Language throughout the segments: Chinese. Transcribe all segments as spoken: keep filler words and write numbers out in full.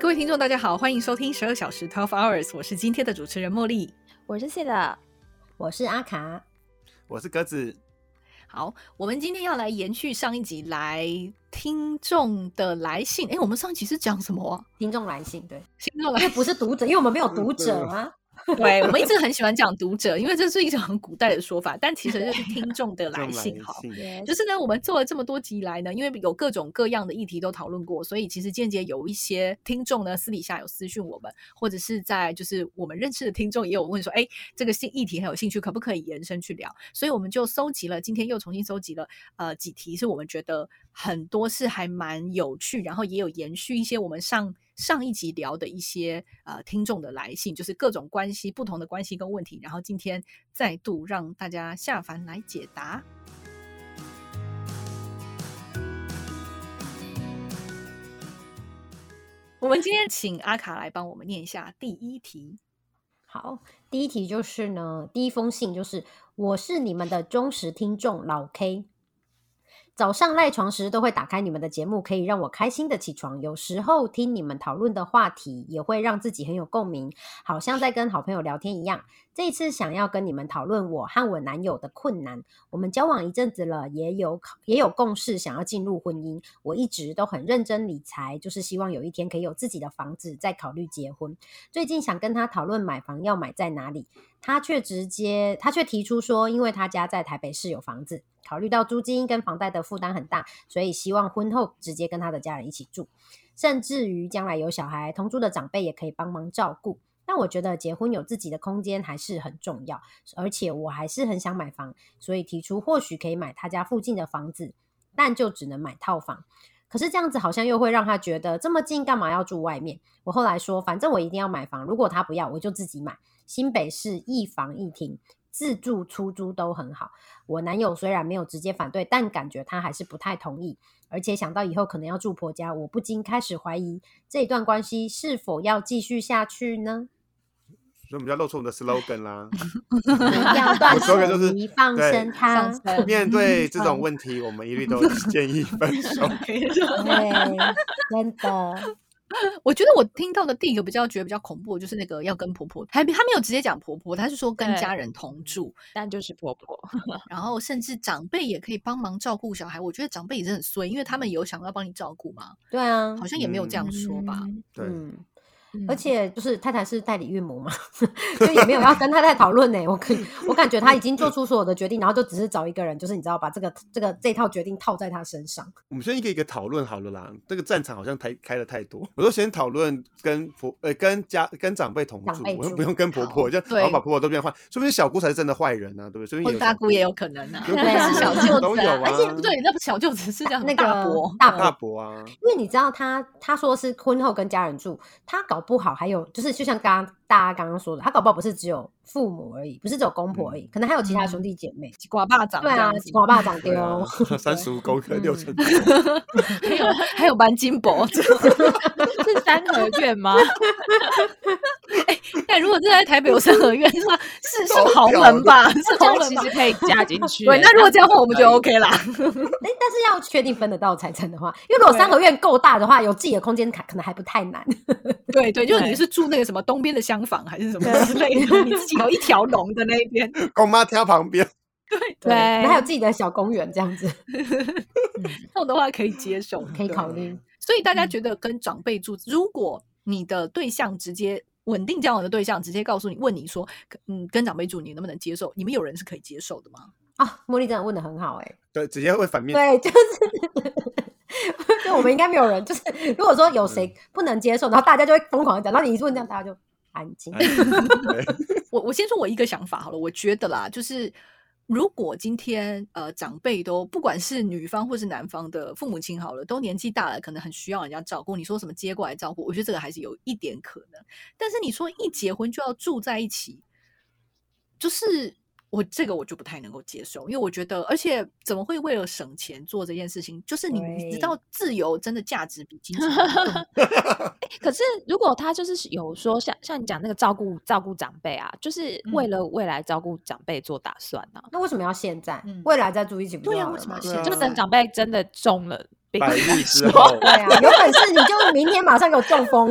各位听众大家好，欢迎收听十二小时 twelve hours， 我是今天的主持人茉莉， 我是谢的， 我是阿卡， 我是鸽子。 好，我们今天要来延续上一集来听众的来信。哎，我们上一集是讲什么啊？ 听众来信，对， 听众来信不是读者，因为我们没有读者啊。 对，我们一直很喜欢讲读者，因为这是一种很古代的说法，但其实就是听众的来信。好，就是呢，我们做了这么多集来呢，因为有各种各样的议题都讨论过，所以其实间接有一些听众呢私底下有私讯我们，或者是在就是我们认识的听众也有问说，哎，这个议题很有兴趣，可不可以延伸去聊？所以我们就搜集了，今天又重新搜集了呃几题，是我们觉得很多是还蛮有趣，然后也有延续一些我们上。上一集聊的一些呃听众的来信，就是各种关系不同的关系跟问题，然后今天再度让大家下凡来解答。我们今天请阿卡来帮我们念一下第一题。 好，第一题就是呢，第一封信就是我是你们的忠实听众老 K，早上赖床时都会打开你们的节目，可以让我开心的起床。有时候听你们讨论的话题也会让自己很有共鸣，好像在跟好朋友聊天一样。这一次想要跟你们讨论我和我男友的困难。我们交往一阵子了，也有也有共识想要进入婚姻。我一直都很认真理财，就是希望有一天可以有自己的房子，再考虑结婚。最近想跟他讨论买房要买在哪里，他却直接他却提出说，因为他家在台北市有房子，考虑到租金跟房贷的负担很大，所以希望婚后直接跟他的家人一起住，甚至于将来有小孩，同住的长辈也可以帮忙照顾。但我觉得结婚有自己的空间还是很重要，而且我还是很想买房，所以提出或许可以买他家附近的房子，但就只能买套房。可是这样子好像又会让他觉得这么近干嘛要住外面。我后来说反正我一定要买房，如果他不要我就自己买。新北市一房一厅，自住出租都很好。我男友虽然没有直接反对，但感觉他还是不太同意，而且想到以后可能要住婆家，我不禁开始怀疑这一段关系是否要继续下去呢？ 所以我们要露出我们的 slogan 啦。 要断舍离，放生他。 面对这种问题，我们一律都建议分手。 对，真的。 我觉得我听到的第一个比较觉得比较恐怖，就是那个要跟婆婆，还他没有直接讲婆婆，他是说跟家人同住， 但就是婆婆， 然后甚至长辈也可以帮忙照顾小孩。我觉得长辈也是很衰，因为他们有想要帮你照顾嘛。 对啊， 好像也没有这样说吧。 嗯、 对。 嗯而且就是太太是代理孕母嘛，就也没有要跟太太讨论呢。我可以，我感觉他已经做出所有的决定，然后就只是找一个人，就是你知道把这个这个这套决定套在他身上。 我们先一个一个讨论好了啦。这个战场好像开开的太多，我就先讨论跟婆呃跟家跟长辈同住，我们不用跟婆婆，就然后把婆婆都变坏，说不定小姑才是真的坏人啊，对不对？ 或者大姑也有可能啊， 对啊，小舅子都有啊。 而且不对，那不小舅子是叫那个大伯大伯大伯啊。 因为你知道他他说是婚后跟家人住，他搞不好还有就是。就是就像刚刚大家刚刚说的，他搞不好不是只有父母而已，不是只有公婆而已，嗯、可能还有其他兄弟姐妹， 几瓜巴掌， 对啊，几瓜巴掌丢、哦， 三十五勾可六成， 还有还有蛮金箔， 是三合院吗？ 哎、欸，如果是在台北有三合院的话，是是豪门吧？是豪门， 其实可以加进去。 对，那如果这样的话，我们就 OK 啦。 但是要确定分得到财产的话，因为如果三合院够大的话，有自己的空间可能还不太难。 对对，就是你是住那个什么东边的厢房还是什么之类的，你自己有一条龙的那一边， 公妈挑旁边。 对对，还有自己的小公园这样子， 这种的话可以接受， 可以考虑。 所以大家觉得跟长辈住，如果你的对象直接稳定交往的对象直接告诉你，问你说，嗯，跟长辈住你能不能接受？你们有人是可以接受的吗？ 啊，茉莉真的问得很好哎、欸， 对，直接会反面， 对，就是就我们应该没有人，就是如果说有谁不能接受，然后大家就会疯狂的讲，然后你一问这样，大家就安静。 我我先说我一个想法好了，我觉得啦，就是如果今天呃长辈都不管是女方或是男方的父母亲好了，都年纪大了，可能很需要人家照顾，你说什么接过来照顾，我觉得这个还是有一点可能。但是你说一结婚就要住在一起，就是我这个我就不太能够接受，因为我觉得，而且怎么会为了省钱做这件事情？就是你你知道，自由真的价值比金钱可是如果他就是有说像像你讲那个照顾照顾长辈啊，就是为了未来照顾长辈做打算啊， 那为什么要现在？嗯、未来再住一起不就好了吗？ 对啊，为什么要现在？ 就等长辈真的中了病， 百日之后， 对啊，有本事你就明天马上给我中风。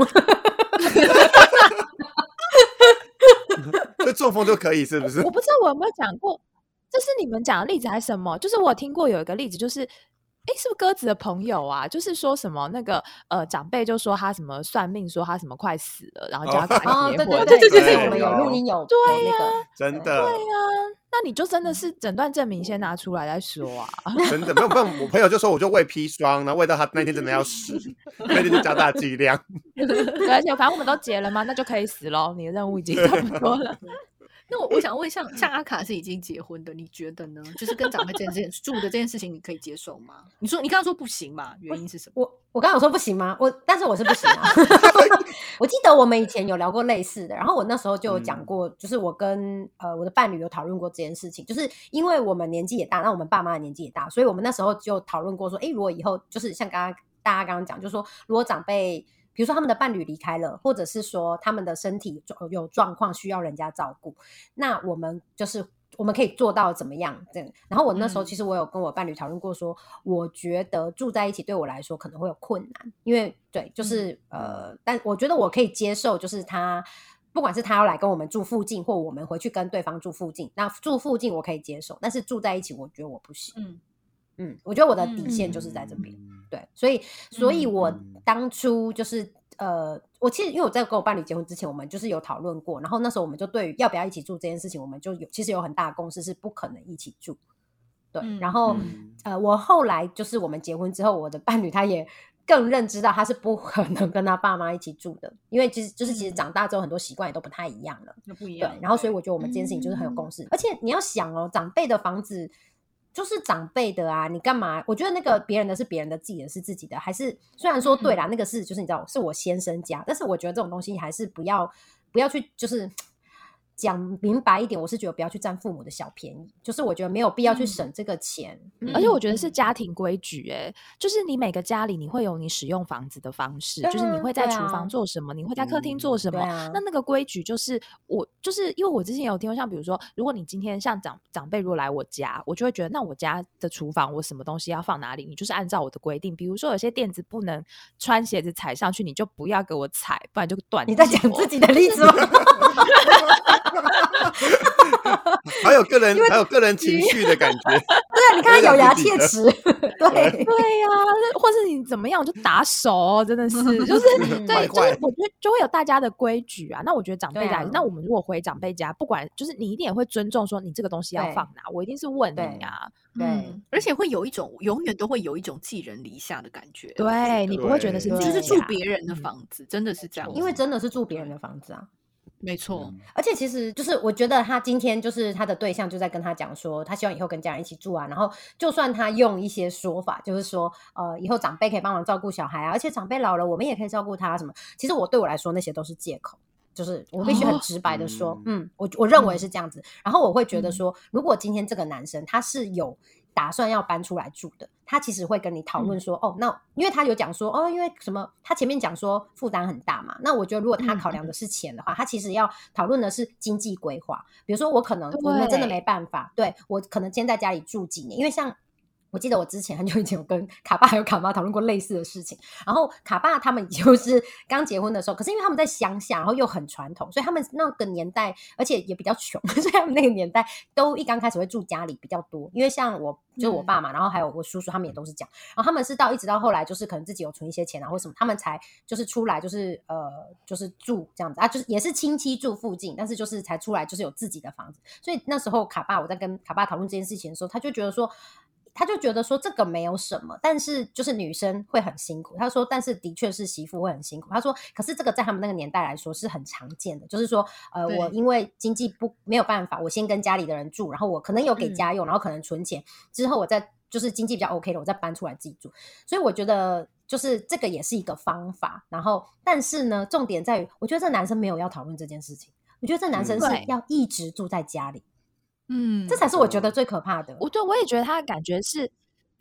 所以中风就可以是不是？ 我不知道我有没有讲过，这是你们讲的例子还是什么？就是我有听过有一个例子，就是哎，是不是鸽子的朋友啊？就是说什么那个呃长辈就说他什么算命，说他什么快死了，然后叫他赶快结婚。 哦，对对对对， 我们有录音有对呀、那个真的对呀、那你就真的是诊断证明先拿出来再说啊！ 真的没有，没有。我朋友就说我就喂砒霜，然后喂到他那天真的要死，那天就加大剂量。 对，而且反正我们都结了嘛，那就可以死咯，你的任务已经差不多了。 那我我想问，像像阿卡是已经结婚的，你觉得呢？就是跟长辈这件事住的这件事情，你可以接受吗？你说你刚刚说不行嘛？原因是什么？ 我我刚刚有说不行吗？我但是我是不行啊。我记得我们以前有聊过类似的，然后我那时候就有讲过，嗯、就是我跟呃我的伴侣有讨论过这件事情，就是因为我们年纪也大，那我们爸妈的年纪也大，所以我们那时候就讨论过说，哎，如果以后就是像刚刚大家刚刚讲，就是说如果长辈。比如说他们的伴侣离开了，或者是说他们的身体有状况需要人家照顾，那我们就是我们可以做到怎么样？然后我那时候其实我有跟我伴侣讨论过说，我觉得住在一起对我来说可能会有困难，因为对，就是呃，但我觉得我可以接受，就是他不管是他要来跟我们住附近，或我们回去跟对方住附近，那住附近我可以接受，但是住在一起我觉得我不行。嗯嗯，我觉得我的底线就是在这边。嗯对，所以，所以我当初就是，呃，我其实因为我在跟我伴侣结婚之前，我们就是有讨论过，然后那时候我们就对于要不要一起住这件事情，我们就有其实有很大的共识，是不可能一起住。对，嗯、然后、嗯、呃，我后来就是我们结婚之后，我的伴侣他也更认知到他是不可能跟他爸妈一起住的，因为其实就是其实长大之后很多习惯也都不太一样了， 嗯、不一样。 对，然后所以我觉得我们这件事情就是很有共识，嗯、而且你要想哦，长辈的房子。就是长辈的啊，你干嘛？我觉得那个别人的是别人的，自己的是自己的，还是虽然说对啦，嗯、那个是就是你知道是我先生家，但是我觉得这种东西还是不要不要去就是讲明白一点，我是觉得不要去占父母的小便宜，就是我觉得没有必要去省这个钱， 嗯嗯、而且我觉得是家庭规矩、欸，哎，就是你每个家里你会有你使用房子的方式，啊、就是你会在厨房做什么，啊、你会在客厅做什么， 嗯、 那那个规矩就是我就是因为我之前有听过，像比如说，如果你今天像长长辈如果来我家，我就会觉得那我家的厨房我什么东西要放哪里，你就是按照我的规定，比如说有些垫子不能穿鞋子踩上去，你就不要给我踩，不然就断。 你在讲自己的例子吗？ 还有个人还有个人情绪的感觉。对啊，你看他咬牙切齿。对对呀、啊，或是你怎么样就打手、哦，真的是就是对，就是我觉得就会有大家的规矩啊。那我觉得长辈家，啊、那我们如果回长辈家，不管就是你一定也会尊重说你这个东西要放哪，我一定是问你啊。 对， 嗯、而且会有一种永远都会有一种寄人篱下的感觉。 对，你不会觉得是就是住别人的房子，真的是这样， 因为真的是住别人的房子啊。 没错， 而且其实就是我觉得他今天就是他的对象就在跟他讲说，他希望以后跟家人一起住啊，然后就算他用一些说法，就是说呃以后长辈可以帮忙照顾小孩啊，而且长辈老了我们也可以照顾他什么，其实我对我来说那些都是借口。就是我必须很直白的说、哦、嗯我我认为是这样子、嗯、然后我会觉得说如果今天这个男生他是有打算要搬出来住的，他其实会跟你讨论说、嗯、哦那因为他有讲说哦因为什么他前面讲说负担很大嘛，那我觉得如果他考量的是钱的话、嗯、他其实要讨论的是经济规划，比如说我可能我们真的没办法，对我可能先在家里住几年，因为像我记得我之前很久以前有跟卡爸还有卡妈讨论过类似的事情，然后卡爸他们就是刚结婚的时候，可是因为他们在乡下，然后又很传统，所以他们那个年代而且也比较穷，所以他们那个年代都一刚开始会住家里比较多，因为像我就是我爸嘛、嗯、然后还有我叔叔他们也都是这样，然后他们是到一直到后来就是可能自己有存一些钱啊或什么，他们才就是出来就是呃就是住这样子啊，就是也是亲戚住附近，但是就是才出来就是有自己的房子，所以那时候卡爸我在跟卡爸讨论这件事情的时候，他就觉得说他就觉得说这个没有什么，但是就是女生会很辛苦，他说但是的确是媳妇会很辛苦，他说可是这个在他们那个年代来说是很常见的，就是说呃我因为经济不没有办法，我先跟家里的人住，然后我可能有给家用、嗯、然后可能存钱之后我再就是经济比较 OK 的我再搬出来自己住，所以我觉得就是这个也是一个方法，然后但是呢重点在于我觉得这男生没有要讨论这件事情，我觉得这男生是要一直住在家里， 嗯， 这才是我觉得最可怕的。 我对我也觉得他的感觉是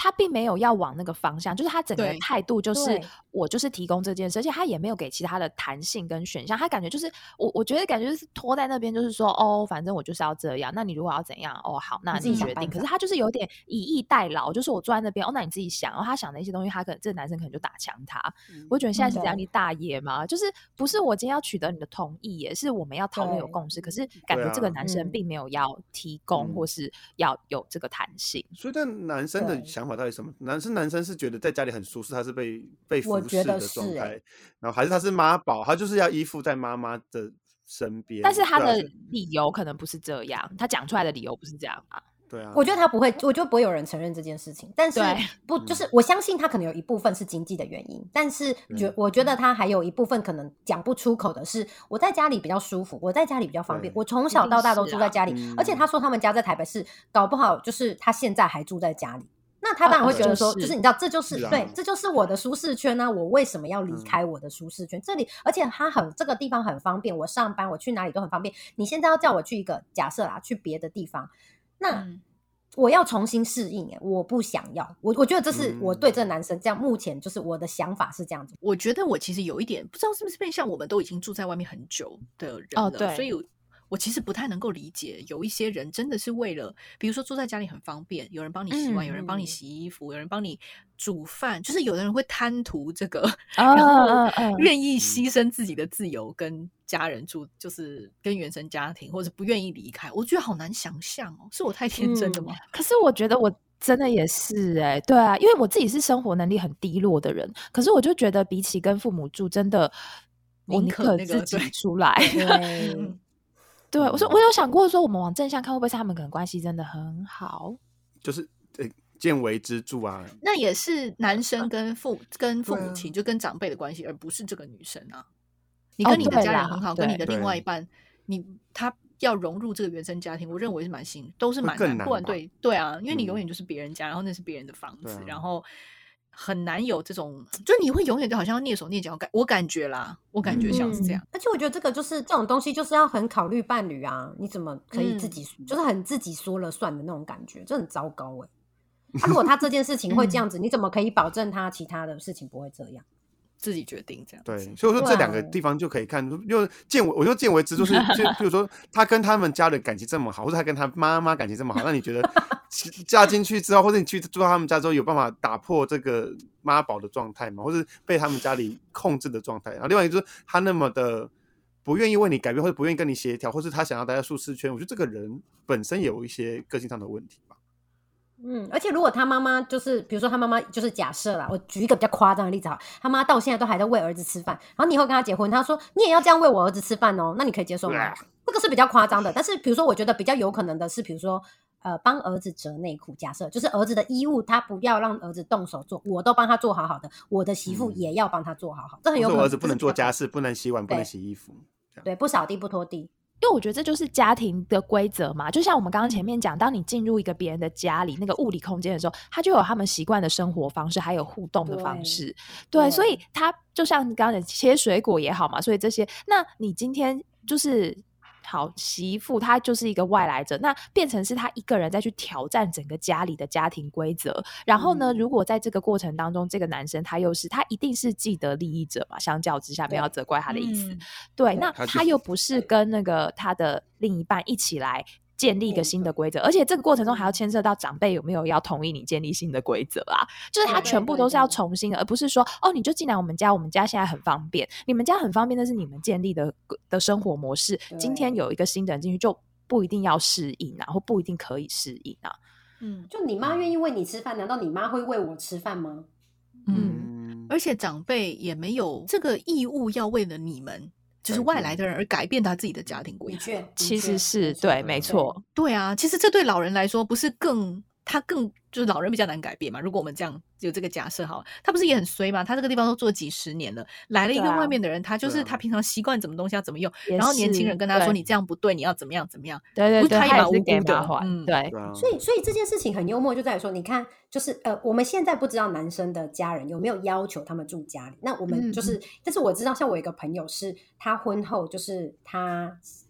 他并没有要往那个方向，就是他整个态度就是我就是提供这件事，而且他也没有给其他的弹性跟选项，他感觉就是我我觉得感觉就是拖在那边，就是说哦反正我就是要这样，那你如果要怎样哦好那你决定，可是他就是有点以逸待劳，就是我坐在那边哦那你自己想，然后他想的一些东西他可能这个男生可能就打枪他、嗯、我觉得现在是这样，你大爷嘛，就是不是我今天要取得你的同意，也是我们要讨论有共识，可是感觉这个男生并没有要提供、嗯、或是要有这个弹性。 所以但男生的想法到底什么？男生男生是觉得在家里很舒适，他是被被服侍的状态、欸、然后还是他是妈宝，他就是要依附在妈妈的身边， 但是他的理由可能不是这样，他讲出来的理由不是这样啊。 对啊， 我觉得他不会，我觉得不会有人承认这件事情，但是不就是我相信他可能有一部分是经济的原因，但是觉我觉得他还有一部分可能讲不出口的是，我在家里比较舒服，我在家里比较方便，我从小到大都住在家里、啊、而且他说他们家在台北市，搞不好就是他现在还住在家里，那他当然会觉得说、啊、就是、就是你知道这就是、啊、对，这就是我的舒适圈啊，我为什么要离开我的舒适圈、嗯、这里而且他很这个地方很方便，我上班我去哪里都很方便，你现在要叫我去一个假设啦去别的地方，那、嗯我要重新适应耶，我不想要，我我觉得这是我对这个男生这样、嗯、目前就是我的想法是这样子。 我觉得我其实有一点不知道是不是变相我们都已经住在外面很久的人了、哦、对，所以我其实不太能够理解有一些人真的是为了比如说住在家里很方便，有人帮你洗碗、嗯、有人帮你洗衣服，有人帮你煮饭，就是有的人会贪图这个、哦、然后愿意牺牲自己的自由跟家人住，就是跟原生家庭，或者不愿意离开，我觉得好难想象哦，是我太天真了吗、嗯、 可是我觉得我真的也是哎、欸，对啊，因为我自己是生活能力很低落的人，可是我就觉得比起跟父母住，真的我宁可自己出来。对对，我说我有想过说我们往正向看，会不会是他们可能关系真的很好， 就是呃见微知著啊， 那也是男生跟父、啊、跟父母亲、啊、就跟长辈的关系，而不是这个女生啊。你跟你的家人很好、哦、跟你的另外一半你他要融入这个原生家庭，我认为是蛮辛都是蛮难，不然对对啊，因为你永远就是别人家、嗯、然后那是别人的房子、啊、然后很难有这种，就你会永远就好像要蹑手蹑脚，我感觉啦，我感觉像是这样、嗯、 而且我觉得这个就是这种东西就是要很考虑伴侣啊，你怎么可以自己、嗯、就是很自己说了算的那种感觉，这很糟糕哎、欸啊、如果他这件事情会这样子、嗯、你怎么可以保证他其他的事情不会这样， 自己决定这样子？ 对，所以我说这两个地方就可以看，就见我就见为知，就是就比如说他跟他们家人感情这么好，或者他跟他妈妈感情这么好，那你觉得嫁进去之后，或者你去住到他们家之后，有办法打破这个妈宝的状态吗？或是被他们家里控制的状态？然后另外一个就是他那么的不愿意为你改变，或者不愿意跟你协调，或是他想要待在舒适圈，我觉得这个人本身也有一些个性上的问题吧。 嗯，而且如果他妈妈就是比如说他妈妈就是假设啦，我举一个比较夸张的例子好，他妈到现在都还在喂儿子吃饭，然后你以后跟他结婚，他说你也要这样喂我儿子吃饭哦，那你可以接受吗？这个是比较夸张的，但是比如说我觉得比较有可能的是比如说呃，帮儿子折内裤，假设就是儿子的衣物他不要让儿子动手做，我都帮他做好好的，我的媳妇也要帮他做好好、嗯、这很有可能。 我儿子不能做家事，不能洗碗，不能洗衣服， 对，不扫地不拖地， 因为我觉得这就是家庭的规则嘛，就像我们刚刚前面讲，当你进入一个别人的家里那个物理空间的时候，他就有他们习惯的生活方式，还有互动的方式， 对, 对，所以他就像你刚刚讲切水果也好嘛，所以这些，那你今天就是好媳妇她就是一个外来者，那变成是她一个人再去挑战整个家里的家庭规则，然后呢、嗯、如果在这个过程当中这个男生他又是他一定是既得利益者嘛，相较之下没有责怪他的意思， 对, 对，那他又不是跟那个他的另一半一起来建立一个新的规则，而且这个过程中还要牵涉到长辈有没有要同意你建立新的规则啊，就是他全部都是要重新的，而不是说哦你就进来我们家，我们家现在很方便，你们家很方便，那是你们建立的的生活模式，今天有一个新的人进去就不一定要适应啊，或不一定可以适应啊。 嗯，就你妈愿意喂你吃饭，难道你妈会喂我吃饭吗？ 嗯，而且长辈也没有这个义务要为了你们就是外来的人而改变他自己的家庭规则， 其实是对，没错， 对啊，其实这对老人来说不是更他更就是老人比较难改变嘛，如果我们这样有这个假设好，他不是也很衰吗？他这个地方都做几十年了，来了一个外面的人、啊、他就是他平常习惯怎么东西要怎么用，然后年轻人跟他说你这样不对，你要怎么样怎么样， 对对对， 他也蛮无辜的， 嗯， 对， 所以所以这件事情很幽默，就在于说你看就是呃，我们现在不知道男生的家人有没有要求他们住家里，那我们就是、嗯、但是我知道像我有一个朋友是他婚后就是他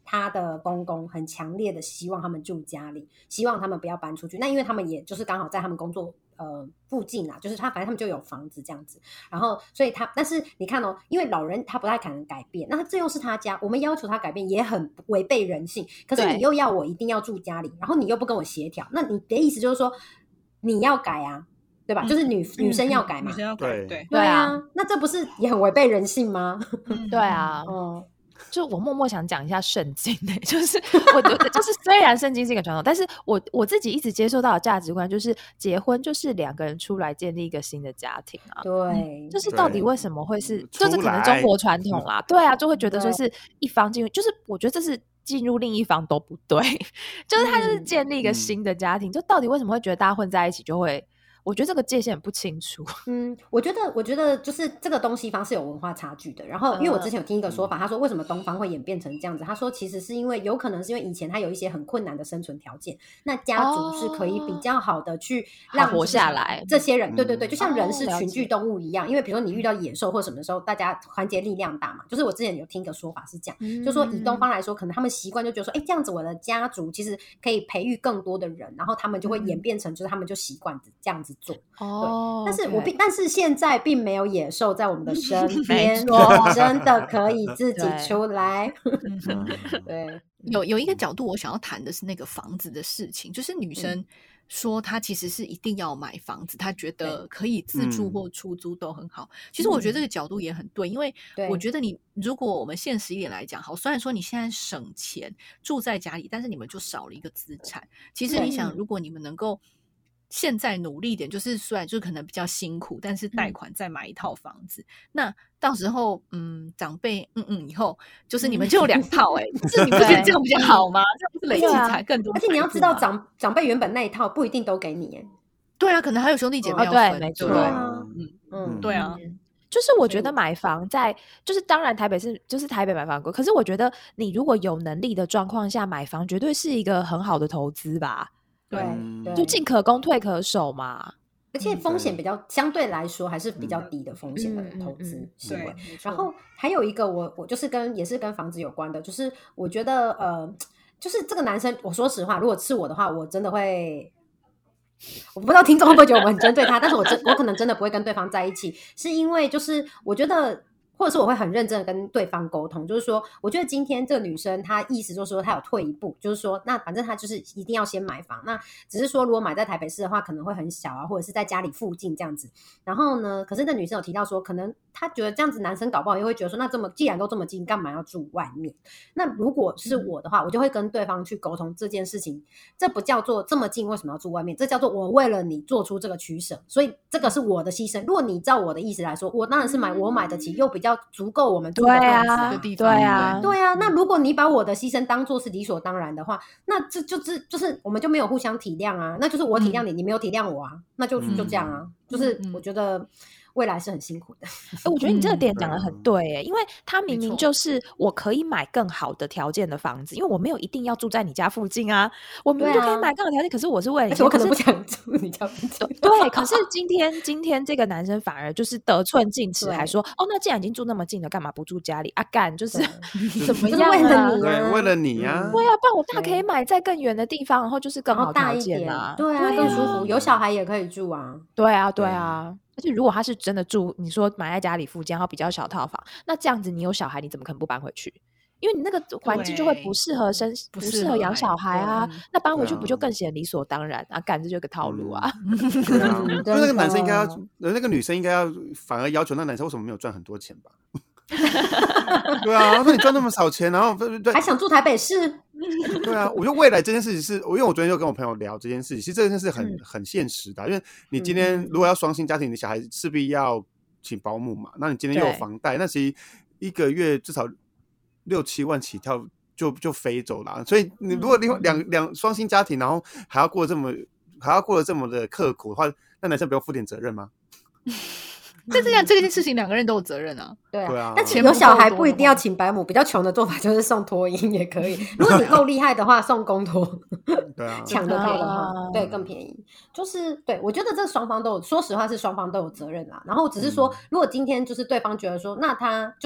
他的公公很强烈的希望他们住家里，希望他们不要搬出去。那因为他们也就是刚好在他们工作呃附近啊，就是他反正他们就有房子这样子，然后所以他但是你看哦，因为老人他不太可能改变，那这又是他家，我们要求他改变也很违背人性，可是你又要我一定要住家里，然后你又不跟我协调，那你的意思就是说你要改啊，对吧？嗯、就是女、嗯、女生要改嘛， 女生要改，对对对啊，那这不是也很违背人性吗？ 对啊， 哦。 就我默默想讲一下圣经、欸、就是我觉得就是虽然圣经是一个传统，但是我我自己一直接受到的价值观就是结婚就是两个人出来建立一个新的家庭啊。 对、 嗯，就是到底为什么会是，就是可能中国传统啦，对啊，就会觉得说是一方进入，就是我觉得这是进入另一方都不对，就是他就是建立一个新的家庭，嗯、就到底为什么会觉得大家混在一起就会。我觉得这个界限很不清楚。 嗯，我觉得，我觉得就是这个东西方是有文化差距的。然后，因为我之前有听一个说法，他说为什么东方会演变成这样子？他说其实是因为有可能是因为以前他有一些很困难的生存条件，那家族是可以比较好的去让活下来。 这些人，对对对，就像人是群居动物一样。因为比如说你遇到野兽或什么的时候，大家团结力量大嘛。就是我之前有听一个说法是这样，嗯、就说以东方来说，可能他们习惯就觉得说，哎，这样子我的家族其实可以培育更多的人，然后他们就会演变成就是他们就习惯这样子做。 哦。 Oh, 但是我并但是现在并没有野兽在我们的身边，真的可以自己出来。对， 有有一个角度我想要谈的是那个房子的事情，就是女生说她其实是一定要买房子，她觉得可以自住或出租都很好。其实我觉得这个角度也很对，因为我觉得你如果我们现实一点来讲，好，虽然说你现在省钱住在家里，但是你们就少了一个资产。其实你想，如果你们能够现在努力一点，就是虽然就可能比较辛苦，但是贷款再买一套房子，嗯、那到时候嗯长辈嗯嗯以后就是你们就有两套哎、欸，就是你不觉得这样比较好吗？这样不是累积才更多？ 而且你要知道长长辈原本那一套不一定都给你哎。 对啊，可能还有兄弟姐妹要分， 哦、对，没错， 对啊， 嗯嗯，对啊。 就是我觉得买房在，就是当然台北是就是台北买房贵，可是我觉得你如果有能力的状况下买房，绝对是一个很好的投资吧。 对， 就进可攻退可守嘛， 而且风险比较、嗯、相对来说还是比较低的风险的投资行为。嗯嗯嗯、然后还有一个我我就是跟也是跟房子有关的，就是我觉得呃，就是这个男生，我说实话，如果是我的话，我真的会。我不知道听众会不会觉得我们很针对他，但是我真我可能真的不会跟对方在一起，是因为就是我觉得。或者是我会很认真的跟对方沟通，就是说我觉得今天这个女生她意思就是说她有退一步，就是说那反正她就是一定要先买房，那只是说如果买在台北市的话可能会很小啊，或者是在家里附近这样子。然后呢，可是那女生有提到说可能她觉得这样子男生搞不好也会觉得说那这么既然都这么近干嘛要住外面。那如果是我的话、嗯、我就会跟对方去沟通这件事情，这不叫做这么近为什么要住外面，这叫做我为了你做出这个取舍，所以这个是我的牺牲。如果你照我的意思来说，我当然是买我买得起又比较足够我们住的房子的地方， 对啊， 对啊。那如果你把我的牺牲当作是理所当然的话，那这就是就是我们就没有互相体谅啊。那就是我体谅你，嗯、你没有体谅我啊，那就就这样啊。嗯、就是我觉得未来是很辛苦的。 欸、我觉得你这个点讲得很对耶、欸，因为他明明就是我可以买更好的条件的房子，因为我没有一定要住在你家附近啊，我明明就可以买更好的条件，可是我是为了你， 而且我可能不想住你家附近。 对，可是今天今天这个男生反而就是得寸进尺，还说哦，那既然已经住那么近了，干嘛不住家里啊？干就是怎么样、啊？ 为了你、啊， 对，为了你啊， 对啊，不然我大可以买在更远的地方，然后就是更好条件啊， 对啊，更舒服，有小孩也可以住啊， 对啊，对啊。而且如果他是真的住，你说买在家里附近，然后比较小套房，那这样子你有小孩，你怎么可能不搬回去？因为你那个环境就会不适合生，不适合养小孩啊。那搬回去不就更显理所当然啊？干这就有个套路啊。 对啊，因为那个男生应该要，那个女生应该要反而要求那男生为什么没有赚很多钱吧？对啊，那你赚那么少钱，然后还想住台北市？ 对啊，我觉得未来这件事情是，因为我昨天就跟我朋友聊这件事情，其实这件事很、嗯、很现实的、啊，因为你今天如果要双薪家庭，你小孩势必要请保姆嘛，那你今天又有房贷，那其实一个月至少六七万起跳就就飞走了，所以你如果两两双薪家庭，然后还要过这么还要过得这么的刻苦的话，那男生不要负点责任吗？ 但这样这件事情两个人都有责任啊。 对啊， 对啊， 但其实有小孩不一定要请保姆，比较穷的做法就是送托婴也可以。如果你够厉害的话，送公托， 对啊， 抢得到的话，对，更便宜。就是对，我觉得这双方都有，说实话是双方都有责任啦。然后只是说，嗯、如果今天就是对方觉得说，那他就是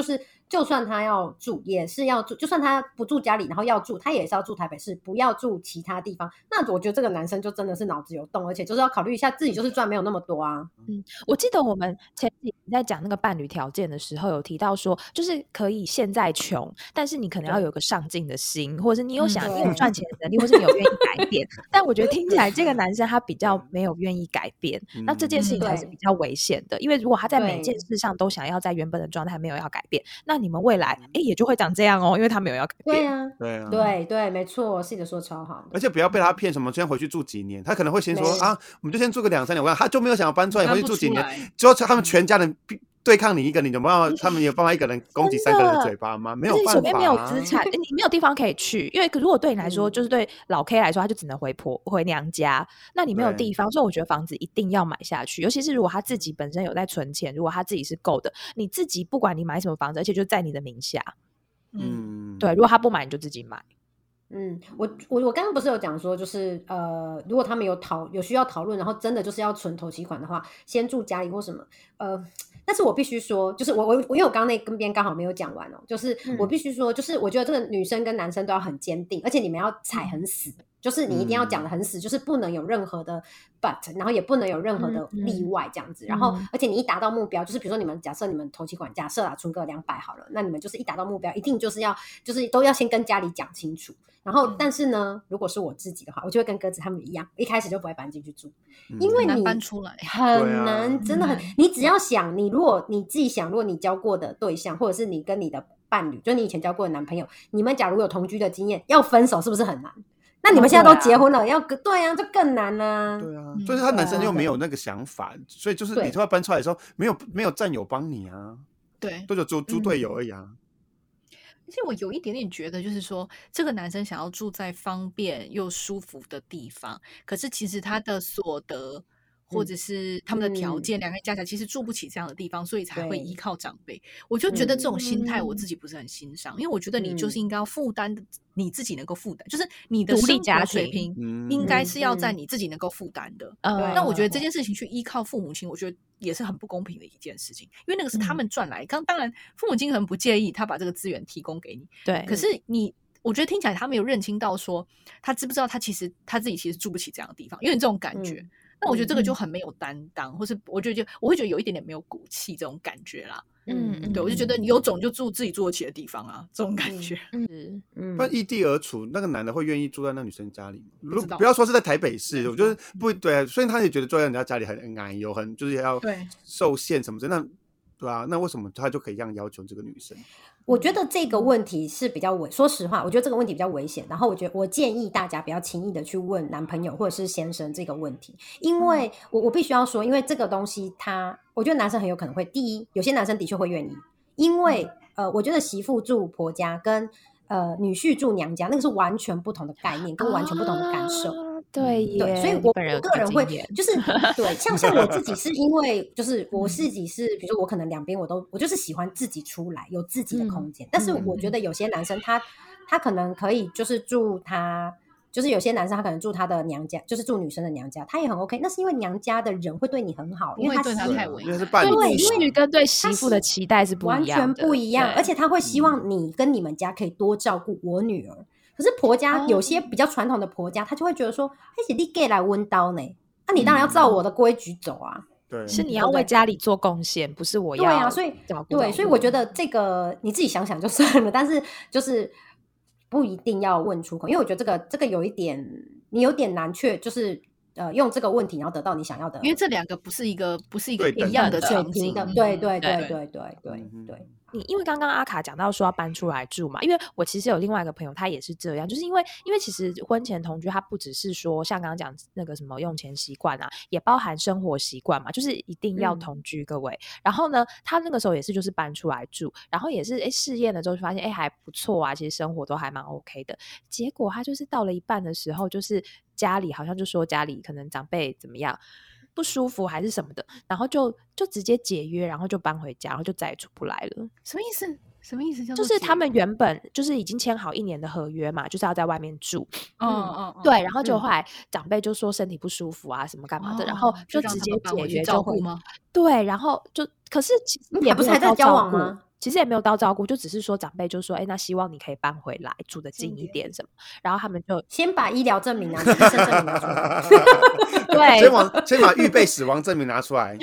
就算他要住也是要住，就算他不住家里然后要住，他也是要住台北市，不要住其他地方。那我觉得这个男生就真的是脑子有洞，而且就是要考虑一下自己就是赚没有那么多啊。 嗯，我记得我们前几集在讲那个伴侣条件的时候有提到说，就是可以现在穷，但是你可能要有个上进的心，或者是你有想、嗯、你有赚钱的能力，或是你有愿意改变。但我觉得听起来这个男生他比较没有愿意改变，那这件事情才是比较危险的。因为如果他在每件事上都想要在原本的状态没有要改变，那你们未来哎也就会长这样哦，因为他没有要改变。 对啊， 对啊， 对对，没错，是的，说超好的。 而且不要被他骗什么先回去住几年，他可能会先说啊，我们就先住个两三年，我他就没有想要搬出来回去住几年，之后他们全家人对抗你一个，你有办法？他们有办法一个人攻击三个人的嘴巴吗？没有办法、啊。 手边没有资产，你没有地方可以去。因为如果对你来说，嗯、就是对老 K 来说，他就只能回婆回娘家。那你没有地方，所以我觉得房子一定要买下去。尤其是如果他自己本身有在存钱，如果他自己是够的，你自己不管你买什么房子，而且就在你的名下。嗯，对。如果他不买，你就自己买。 嗯，我我我刚刚不是有讲说，就是呃，如果他们有讨有需要讨论，然后真的就是要存头期款的话，先住家里或什么，呃。但是我必须说，就是我我我因为我刚刚那跟边刚好没有讲完哦，就是我必须说，就是我觉得这个女生跟男生都要很坚定，而且你们要踩很死，就是你一定要讲的很死，嗯、就是不能有任何的 but， 然后也不能有任何的例外这样子。嗯、然后，而且你一达到目标，就是比如说你们假设你们头期款假设啊存个两百好了，那你们就是一达到目标，一定就是要就是都要先跟家里讲清楚。然后，但是呢，如果是我自己的话，我就会跟鸽子他们一样，一开始就不会搬进去住，嗯、因为你很难搬出来， 很难，啊、真的很。你只要想，你如果你自己想，如果你交过的对象，或者是你跟你的伴侣，就你以前交过的男朋友，你们假如有同居的经验，要分手是不是很难？那你们现在都结婚了，哦、要对啊，就更难啦，啊。 对啊，所以他男生又没有那个想法，所以就是你突然搬出来的时候，没有没有战友帮你啊， 对， 都有猪猪队友而已啊。嗯而且我有一点点觉得，就是说，这个男生想要住在方便又舒服的地方，可是其实他的所得或者是他们的条件，嗯、两个人加起来其实住不起这样的地方，所以才会依靠长辈。我就觉得这种心态我自己不是很欣赏，嗯、因为我觉得你就是应该要负担的，你自己能够负担，就是你的生活水平应该是要在你自己能够负担的。嗯、那我觉得这件事情去依靠父母亲，我觉得也是很不公平的一件事情，因为那个是他们赚来。刚、嗯、当然，父母亲可能不介意他把这个资源提供给你，对。可是你，我觉得听起来他没有认清到说，他知不知道他其实他自己其实住不起这样的地方，因为这种感觉。嗯那我觉得这个就很没有担当，嗯、或是我觉得就我会觉得有一点点没有骨气这种感觉啦。嗯，对，我就觉得你有种就住自己住得起的地方啊，这种感觉。 嗯嗯，那异地而处，那个男的会愿意住在那女生家里吗？不, 不要说是在台北市，我觉得不对，所以他也觉得住在人家家里很矮油，很就是要受限什么的。那对啊，那为什么他就可以这样要求这个女生？ 我觉得这个问题是比较危，说实话，我觉得这个问题比较危险。然后我觉得我建议大家不要轻易的去问男朋友或者是先生这个问题，因为我我必须要说，因为这个东西他，我觉得男生很有可能会，第一，有些男生的确会愿意，因为呃，我觉得媳妇住婆家跟呃女婿住娘家那个是完全不同的概念，跟完全不同的感受。 啊对耶， 对，所以我我个人会就是对，像像我自己是因为就是我自己是，比如说我可能两边我都我就是喜欢自己出来有自己的空间，嗯、但是我觉得有些男生他他可能可以就是住他就是有些男生他可能住他的娘家，就是住女生的娘家，他也很 OK， 那是因为娘家的人会对你很好，因为他对他太稳， 因为是伴侣， 对，因为跟对媳妇的期待是不一样的， 完全不一样，而且他会希望你跟你们家可以多照顾我女儿。可是婆家有些比较传统的婆家，他就会觉得说，还是你给来温刀呢？那、啊、你当然要照我的规矩走啊。 对， 是你要为家里做贡献，不是我要。 对啊，所以对，所以我觉得这个你自己想想就算了，但是就是不一定要问出口，因为我觉得这个这个有一点，你有点难，却就是呃用这个问题然后得到你想要的， 因为这两个不是一个不是一个一样的场景的，对对对对对对对对。 你因为刚刚阿卡讲到说要搬出来住嘛，因为我其实有另外一个朋友，他也是这样，就是因为因为其实婚前同居，他不只是说像刚刚讲那个什么用钱习惯啊，也包含生活习惯嘛，就是一定要同居，嗯、各位。然后呢，他那个时候也是就是搬出来住，然后也是哎试验了之后就发现哎还不错啊，其实生活都还蛮 OK 的。结果他就是到了一半的时候，就是家里好像就说家里可能长辈怎么样。不舒服还是什么的，然后就就直接解约，然后就搬回家，然后就再也出不来了。 什么意思？什么意思？ 就是他们原本就是已经签好一年的合约嘛，就是要在外面住。 嗯嗯嗯， 对，然后就后来长辈就说身体不舒服啊，什么干嘛的， 哦、 然后就直接解约就照顾吗？ 对，然后就可是其实也不是还在交往吗？ 其其实也没有到照顾，就只是说长辈就说，哎，那希望你可以搬回来，住得近一点什么，然后他们就先把医疗证明拿出来，医生证明拿出来， 对， 先往先把预备死亡证明拿出来。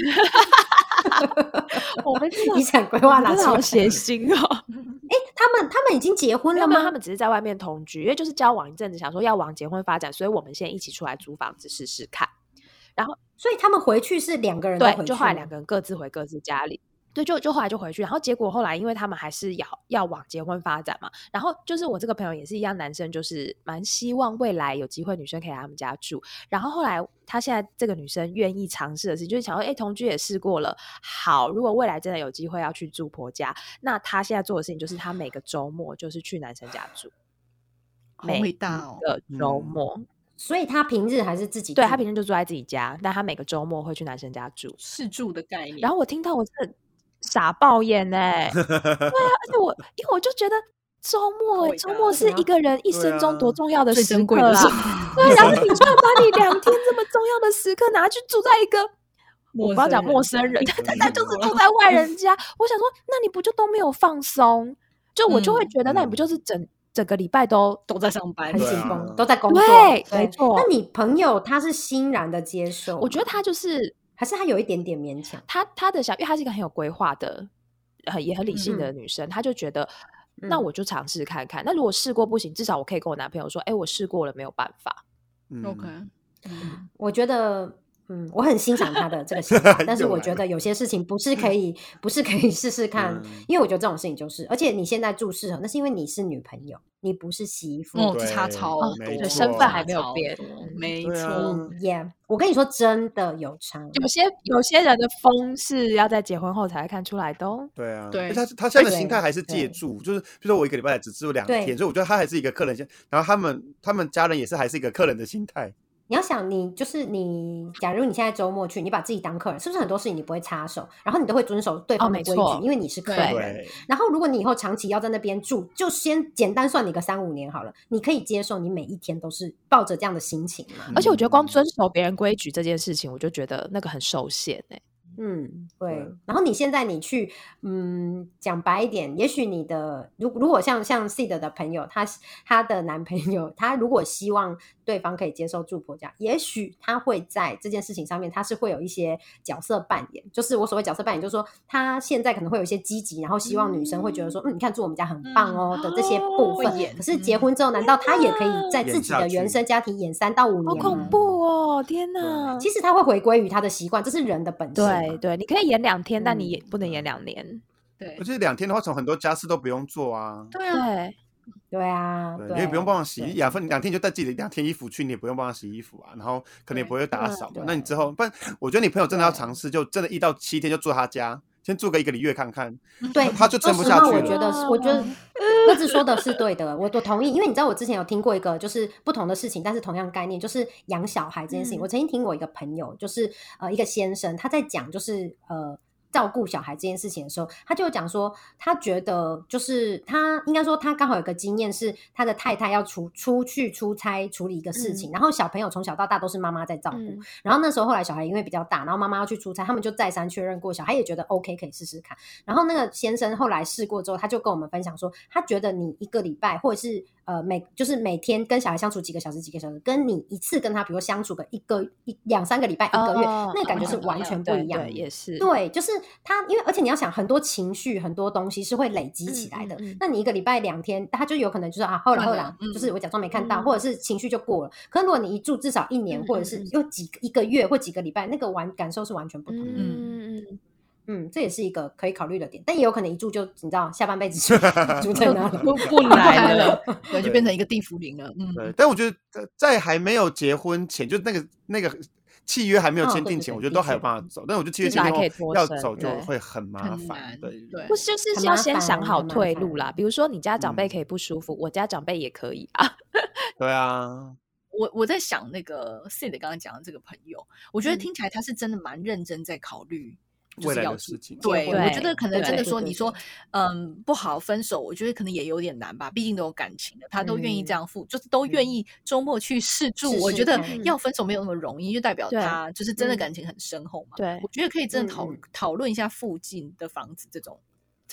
我们遗产规划拿出来， 真的好血腥哦。 哎，他们他们已经结婚了吗？ 他们只是在外面同居，因为就是交往一阵子，想说要往结婚发展，所以我们先一起出来租房子试试看。然后， 所以他们回去是两个人都回去， 对，就后来两个人各自回各自家里。对，就就后来就回去，然后结果后来因为他们还是要要往结婚发展嘛，然后就是我这个朋友也是一样，男生就是蛮希望未来有机会女生可以来他们家住，然后后来他现在这个女生愿意尝试的是，就是想说，哎，同居也试过了，好，如果未来真的有机会要去住婆家，那他现在做的事情就是他每个周末就是去男生家住， 好伟大哦， 每个周末。 嗯所以他平日还是自己住？ 对，他平日就住在自己家，但他每个周末会去男生家住， 试住的概念。 然后我听到我真的傻爆眼哎、欸！对啊，而且我因为我就觉得周末哎，周末是一个人一生中多重要的时刻啊！对，然后你居然把你两天这么重要的时刻拿去住在一个我不要讲陌生人，但他就是住在外人家。我想说，那你不就都没有放松？就我就会觉得，那你不就是整。整个礼拜都都在上班， 很紧绷，都在工作。 对，没错。 那你朋友他是欣然的接受？ 我觉得他就是， 还是他有一点点勉强。 他他的想，因为他是一个很有规划的，很也很理性的女生，她、嗯、就觉得，那我就尝试看看。嗯、那如果试过不行，至少我可以跟我男朋友说，哎，我试过了，没有办法。 嗯、OK， 嗯，我觉得。嗯，我很欣赏他的这个想法，但是我觉得有些事情不是可以，不是可以试试看，嗯、因为我觉得这种事情就是，而且你现在住适合，那是因为你是女朋友，你不是媳妇， 哦，差超多， 对，身份还没有变， 没错， 嗯 ，Yeah， 我跟你说真的有差， 有些有些人的疯是要在结婚后才会看出来的哦。 对啊， 对， 他他现在的心态还是借住，就是比如说我一个礼拜只住两天，所以我觉得他还是一个客人，然后他们他们家人也是还是一个客人的心态。 你要想，你就是你，假如你现在周末去，你把自己当客人，是不是很多事情你不会插手，然后你都会遵守对方的规矩，哦、因为你是客人。然后如果你以后长期要在那边住，就先简单算你个三五年好了，你可以接受你每一天都是抱着这样的心情嘛？ 而且我觉得光遵守别人规矩这件事情，我就觉得那个很受限哎、欸。 嗯，对。然后你现在你去，嗯，讲白一点，也许你的如如果像像 Seed 的朋友，他他的男朋友，他如果希望对方可以接受住婆家，也许他会在这件事情上面，他是会有一些角色扮演。就是我所谓角色扮演，就是说他现在可能会有一些积极，然后希望女生会觉得说，嗯，你看住我们家很棒哦的这些部分。 嗯、 可是结婚之后，难道他也可以在自己的原生家庭演三到五年吗？ 好恐怖哦！天哪！ 其实他会回归于他的习惯，这是人的本性。 对对，你可以演两天，嗯、但你也不能演两年。 对， 而且两天的话，从很多家事都不用做啊。 对啊， 对，对啊， 对，你也不用帮忙洗衣，两分两天就带自己的两天衣服去，你也不用帮忙洗衣服啊，然后可能也不会打扫嘛。那你之后，不然我觉得你朋友真的要尝试，就真的一到七天就住他家。先住个一个礼月看看， 对， 他就撑不下去了。 我觉得是，我觉得鸽子说的是对的，我我同意。因为你知道，我之前有听过一个就是不同的事情，但是同样概念，就是养小孩这件事情。嗯、我曾经听过一个朋友，就是呃一个先生，他在讲就是呃。照顾小孩这件事情的时候，他就讲说，他觉得就是他应该说他刚好有个经验是，他的太太要出出去出差处理一个事情，嗯、然后小朋友从小到大都是妈妈在照顾，嗯、然后那时候后来小孩因为比较大，然后妈妈要去出差，他们就再三确认过，小孩也觉得 OK 可以试试看。然后那个先生后来试过之后，他就跟我们分享说，他觉得你一个礼拜或者是呃每就是每天跟小孩相处几个小时几个小时，跟你一次跟他比如相处个一个一两三个礼拜一个月，哦、那个感觉是完全不一样的。 对对也是对，就是他因为而且你要想很多情绪很多东西是会累积起来的，嗯嗯嗯、那你一个礼拜两天他就有可能就是啊后来后来、嗯、就是我假装没看到、嗯、或者是情绪就过了。可是如果你一住至少一年、嗯、或者是有几一个月或几个礼拜，那个完感受是完全不同的。嗯嗯嗯，这也是一个可以考虑的点，但也有可能一住就你知道下半辈子住在那里不来了， 对，就变成一个地府灵了。嗯， 对。但我觉得在还没有结婚前，就那个那个契约还没有签订前，哦、对对对我觉得都还有办法走。但我觉得契约签订后要走就会很麻烦。对对， 不是就是要先想好退路啦。比如说你家长辈可以不舒服，嗯、我家长辈也可以啊。 对啊。 我我在想那个 Sid 刚刚讲的这个朋友，我觉得听起来他是真的蛮认真在考虑。 未来的事情， 对，我觉得可能真的说，你说，嗯，不好分手，我觉得可能也有点难吧，毕竟都有感情的，他都愿意这样付，嗯、就是都愿意周末去试住。嗯、我觉得要分手没有那么容易，就代表他就是真的感情很深厚嘛。 对， 我觉得可以真的讨讨论一下附近的房子这种。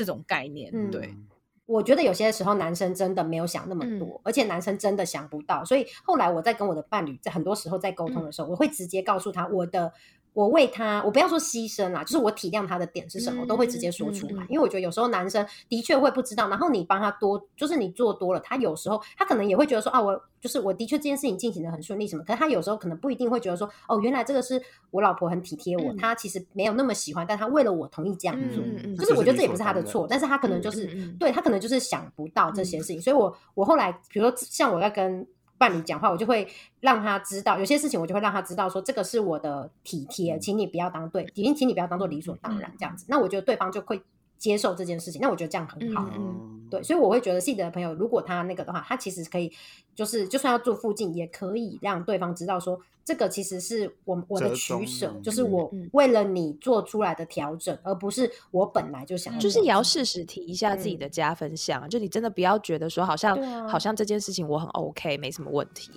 这种概念、嗯、对。 我觉得有些时候男生真的没有想那么多、嗯、而且男生真的想不到，所以后来我在跟我的伴侣在很多时候在沟通的时候、嗯、我会直接告诉他我的我为他，我不要说牺牲啦，就是我体谅他的点是什么、嗯、我都会直接说出来、嗯、因为我觉得有时候男生的确会不知道，然后你帮他多，就是你做多了，他有时候他可能也会觉得说啊，我就是我的确这件事情进行得很顺利什么，可是他有时候可能不一定会觉得说哦，原来这个是我老婆很体贴我、嗯、他其实没有那么喜欢，但他为了我同意这样做、嗯、就是我觉得这也不是他的错，但是他可能就是、嗯、对他可能就是想不到这些事情、嗯、所以我我后来比如说像我在跟伴侣讲话，我就会让他知道有些事情，我就会让他知道说这个是我的体贴，请你不要当对，请你不要当做理所当然这样子，那我觉得对方就会接受这件事情，那我觉得这样很好、嗯、对，所以我会觉得细的朋友如果他那个的话，他其实可以就是就算要住附近也可以让对方知道说这个其实是我我的取舍，就是我为了你做出来的调整、嗯、而不是我本来就想要， 就是也要适时提一下自己的加分项、嗯、就你真的不要觉得说好像、啊、好像这件事情我很 OK 没什么问题。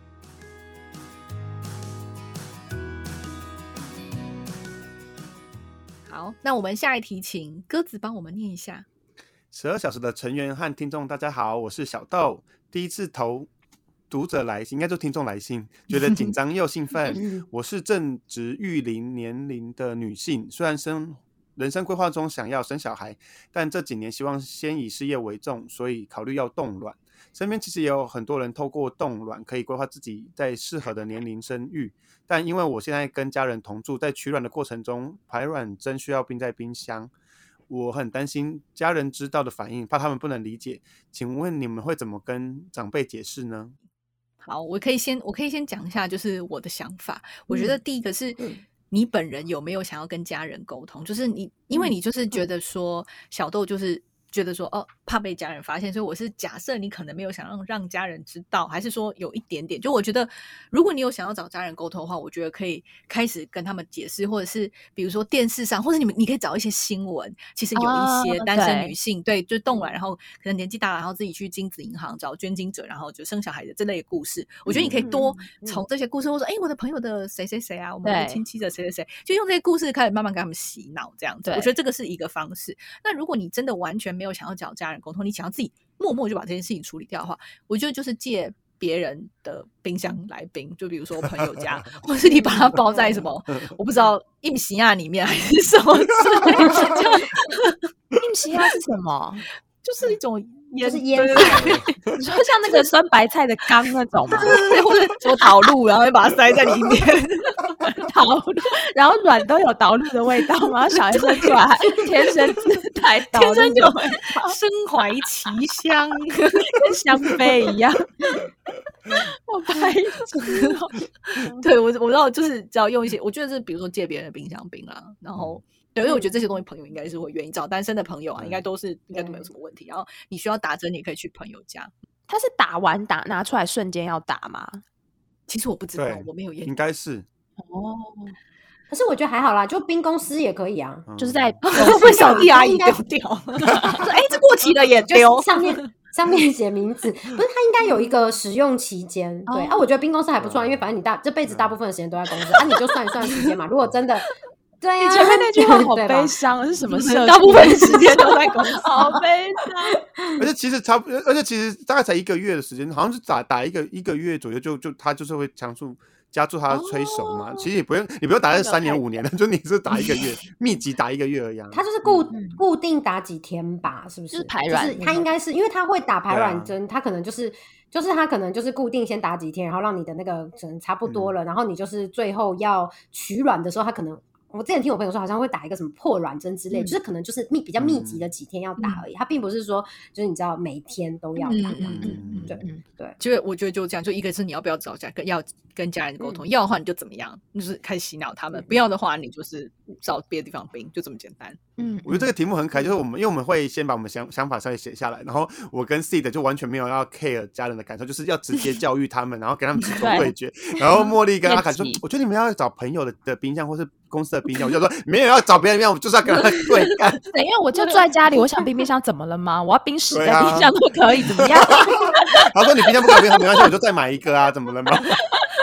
好，那我们下一题请鸽子帮我们念一下。 十二小时的成员和听众大家好，我是小豆，第一次投读者来信，应该就听众来信，觉得紧张又兴奋。我是正值育龄年龄的女性，虽然生人生规划中想要生小孩，但这几年希望先以事业为重，所以考虑要冻卵。身边其实也有很多人透过冻卵可以规划自己在适合的年龄生育，但因为我现在跟家人同住，在取卵的过程中排卵针需要冰在冰箱，我很担心家人知道的反应，怕他们不能理解，请问你们会怎么跟长辈解释呢？ 好，我可以先我可以先讲一下就是我的想法。我觉得第一个是、嗯、你本人有没有想要跟家人沟通，就是你因为你就是觉得说小豆就是觉得说哦怕被家人发现，所以我是假设你可能没有想让让家人知道，还是说有一点点，就我觉得如果你有想要找家人沟通的话，我觉得可以开始跟他们解释，或者是比如说电视上，或者你们你可以找一些新闻，其实有一些单身女性、哦、对, 对就冻卵然后可能年纪大了，然后自己去精子银行找捐精者，然后就生小孩的这类的故事，我觉得你可以多从这些故事，或者说哎我的朋友的谁谁谁啊，我们的亲戚的谁谁谁，就用这些故事开始慢慢给他们洗脑这样子，我觉得这个是一个方式。那如果你真的完全没有想要找家人沟通，你想要自己默默就把这件事情处理掉的话，我觉得就是借别人的冰箱来冰，就比如说我朋友家或是你把它包在什么我不知道印西亚里面还是什么之类的印西亚是什么？ 就是一种腌，就是腌菜你说像那个酸白菜的缸那种吗？ 或者什么导入然后把它塞在里面导入，然后卵都有导入的味道吗？小孩生出来天生自带导入的味道， 身怀奇香跟香妃一样我白痴哦对，我我知道，就是只要用一些，我觉得是比如说借别人的冰箱冰啦，然后对，因为我觉得这些东西朋友应该是会愿意找，单身的朋友啊，应该都是应该都没有什么问题。然后你需要打针，你也可以去朋友家。 他是打完打拿出来瞬间要打吗？ 其实我不知道，我没有研究， 应该是哦。 可是我觉得还好啦，就冰公司也可以啊， 嗯、就是在会扫地阿姨丢掉，哎，这过期了也丢， 上面上面写名字，不是，它应该有一个使用期间，对、哦、啊，我觉得冰公司还不错、啊，因为反正你大这辈子大部分的时间都在公司啊，你就算一算时间嘛，如果真的。对啊， 你前面那句话好悲伤，是什么社？ 大部分时间都在公司， 好悲伤。 而且其实差不，而且其实大概才一个月的时间，好像是打打一个一个月左右就，就就他就是会强速加速他的催熟嘛。哦、其实也不用，你不用打在三年五年的，就你是打一个月，密集打一个月而已、啊。 他就是固、嗯、固定打几天吧，是不是？ 就是排卵， 就是他应该是因为他会打排卵针，他、啊、可能就是。就是他可能就是固定先打几天，然后让你的那个可能差不多了、嗯，然后你就是最后要取卵的时候，他可能我之前听我朋友说，好像会打一个什么破卵针之类、嗯，就是可能就是密比较密集的几天要打而已，他、嗯、并不是说就是你知道每天都要打，嗯嗯嗯，对嗯对， 就我觉得就这样，就一个是你要不要找家跟要跟家人沟通、嗯，要的话你就怎么样，就是开始洗脑他们、嗯，不要的话你就是找别的地方冰，就这么简单。 嗯， 我觉得这个题目很可爱，就是我们因为我们会先把我们想想法稍微写下来，然后我跟 Seed 就完全没有要 care 家人的感受，就是要直接教育他们，然后跟他们直球对决。然后茉莉跟阿凯说，我觉得你们要找朋友 的, 的冰箱或是公司的冰箱，我就说没有要找别人冰箱，我就是要跟他对干。 对，因为我就坐在家里，我想冰冰箱怎么了吗？我要冰屎在冰箱都可以，怎么样？ 他说你冰箱不可以冰，没关系，我就再买一个啊，怎么了吗？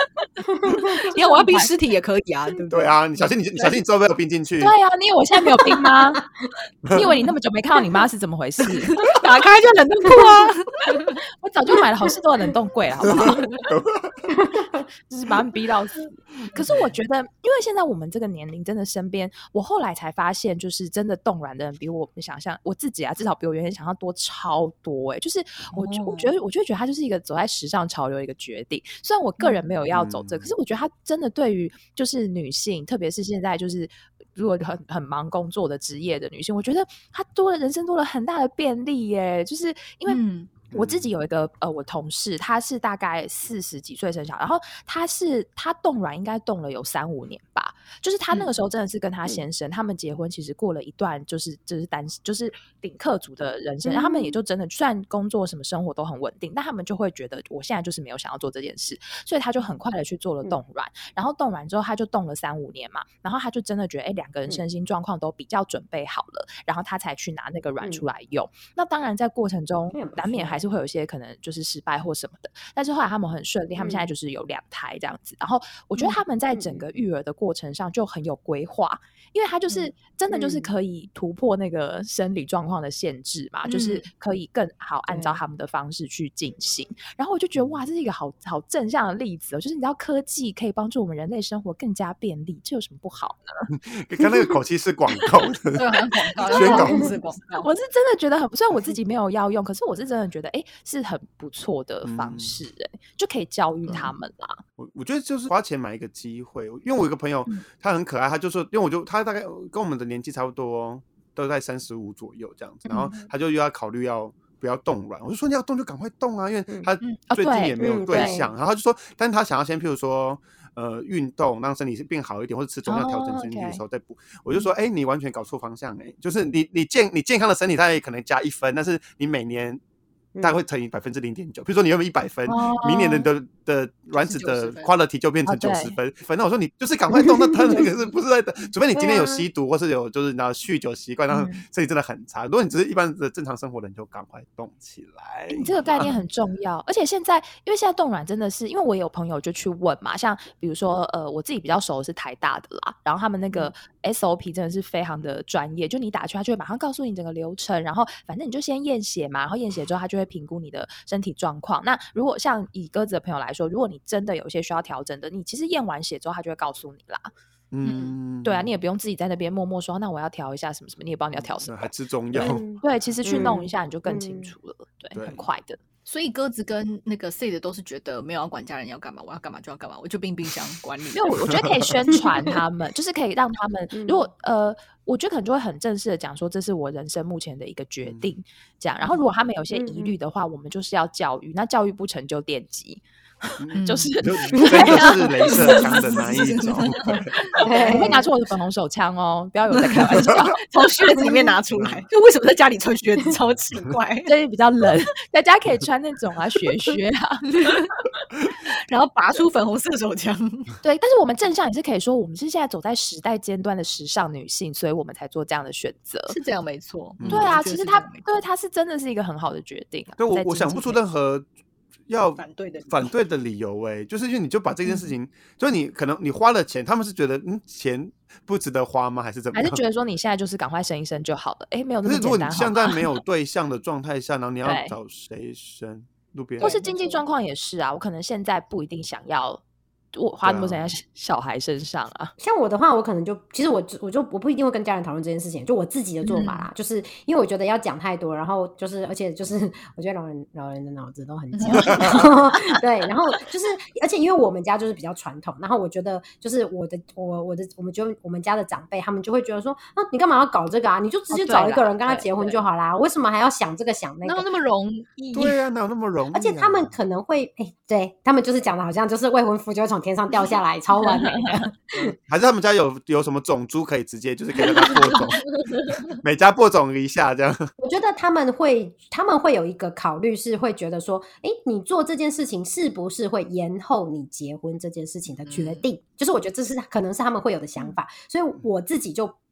你看我要冰尸体也可以啊，对不对？ 对啊，你小心你你小心你之后被我冰进去。 对啊，你以为我现在没有冰吗？你以为你那么久没看到你妈是怎么回事？ 打开就冷冻库啊！ 我早就买了好事多的冷冻柜了，好不好？就是把他们逼到死。可是我觉得，因为现在我们这个年龄，真的身边，我后来才发现，就是真的冻卵的人比我想象，我自己啊，至少比我原先想象多超多哎、欸。就是我、哦、我觉得，我就觉得他就是一个走在时尚潮流的一个决定。虽然我个人没有要走这个，嗯、可是我觉得他真的对于就是女性，特别是现在就是如果很很忙工作的职业的女性，我觉得他多了人生多了很大的便利耶、欸。就是因为。嗯我自己有一个呃，我同事，他是大概四十几岁生小孩，然后他是他冻卵应该冻了有三五年吧，就是他那个时候真的是跟他先生、嗯、他们结婚，其实过了一段就是就是单就是顶客族的人生、嗯，然后他们也就真的虽然工作什么生活都很稳定，但他们就会觉得我现在就是没有想要做这件事，所以他就很快的去做了冻卵、嗯，然后冻卵之后他就冻了三五年嘛，然后他就真的觉得哎，两个人身心状况都比较准备好了，然后他才去拿那个卵出来用、嗯。那当然在过程中难免还是会有一些可能就是失败或什么的，但是后来他们很顺利，他们现在就是有两胎这样子、嗯、然后我觉得他们在整个育儿的过程上就很有规划，因为他就是真的就是可以突破那个生理状况的限制嘛、嗯、就是可以更好按照他们的方式去进行、嗯、然后我就觉得哇，这是一个好好正向的例子哦，就是你知道科技可以帮助我们人类生活更加便利，这有什么不好呢？ 刚那个口气是广告的对，很广告宣广告我是真的觉得很，虽然我自己没有要用，可是我是真的觉得哎，是很不错的方式哎、嗯，就可以教育他们啦。 我我觉得就是花钱买一个机会，因为我有一个朋友、嗯、他很可爱，他就说，因为我就他大概跟我们的年纪差不多，都在三十五左右这样子，然后他就又要考虑要不要冻卵，我就说你要冻就赶快冻啊，因为他最近也没有对象，嗯嗯、然后他就说，但是他想要先譬如说。呃，运动让身体变好一点，或者吃中药调整身体的时候再补。Oh, okay. 我就说，哎、欸，你完全搞错方向哎、欸，就是你你健你健康的身体，它也可能加一分，但是你每年大概会乘以百分之零点九。比如说你有一百分， oh. 明年的的的卵子的 quality 就变成九十分。Oh, 反正我说你就是赶快动，那他那个是不是在的？除非你今天有吸毒，或是有就是然后酗酒习惯，然后身体真的很差。如果你只是一般的正常生活的人，就赶快动起来。 你这个概念很重要，而且现在因为现在冻卵真的是，因为我也有朋友就去问嘛，像比如说呃，我自己比较熟的是台大的啦，然后他们那个 S O P 真的是非常的专业，就你打去他就会马上告诉你整个流程，然后反正你就先验血嘛，然后验血之后他就会评估你的身体状况。那如果像以鸽子的朋友来说，如果你真的有一些需要调整的，你其实验完血之后他就会告诉你啦。嗯，对啊，你也不用自己在那边默默说那我要调一下什么什么，你也不知道你要调什么， 还吃中药。 对，其实去弄一下你就更清楚了、嗯、对, 对，很快的。 所以鸽子跟那个 Sid 都是觉得没有要管家人要干嘛，我要干嘛就要干嘛，我就冰冰箱管理。 因为我觉得可以宣传他们，就是可以让他们，如果呃，我觉得可能就会很正式的讲说，这是我人生目前的一个决定，嗯、这样。然后如果他们有些疑虑的话、嗯，我们就是要教育，那教育不成就电击。嗯、就是真的是雷射枪的那一种， 我会拿出我的粉红手枪哦，不要有在开玩笑， 从靴子里面拿出来。就为什么在家里穿靴子，超奇怪。 这里比较冷，在家可以穿那种啊雪靴啊， 然后拔出粉红色手枪。 对，但是我们正向也是可以说，我们是现在走在时代尖端的时尚女性，所以我们才做这样的选择。 是这样没错、 嗯、对啊，其实他对他是真的是一个很好的决定、啊、 对，我我想不出任何要反对的反对的理由哎、欸，就是因为你就把这件事情，嗯、就是你可能你花了钱，他们是觉得嗯钱不值得花吗？还是怎么样？ 还是觉得说你现在就是赶快生一生就好了？哎，没有那么简单。 可是如果你现在没有对象的状态下，然后你要找谁生？路边或是经济状况也是啊，我可能现在不一定想要。我花那么多钱在小孩身上啊， 像我的话，我可能就其实我我就我不一定会跟家人讨论这件事情，就我自己的做法啦，嗯、就是因为我觉得要讲太多，然后就是而且就是我觉得老人老人的脑子都很僵，对，然后就是而且因为我们家就是比较传统，然后我觉得就是我的我我的我们就我们家的长辈他们就会觉得说，啊你干嘛要搞这个啊？你就直接找一个人跟他结婚就好啦，为什么还要想这个想那个？ 哪有那么容易？ 对啊，哪有那么容易、啊？ 而且他们可能会哎、欸，对他们就是讲的好像就是未婚夫就会从天上掉下来超完美的还是他们家有有什么种猪可以直接就是给他播种每家播种一下这样。 我觉得他们会他们会有一个考虑是会觉得说诶你做这件事情是不是会延后你结婚这件事情的决定、嗯、就是我觉得这是可能是他们会有的想法，所以我自己就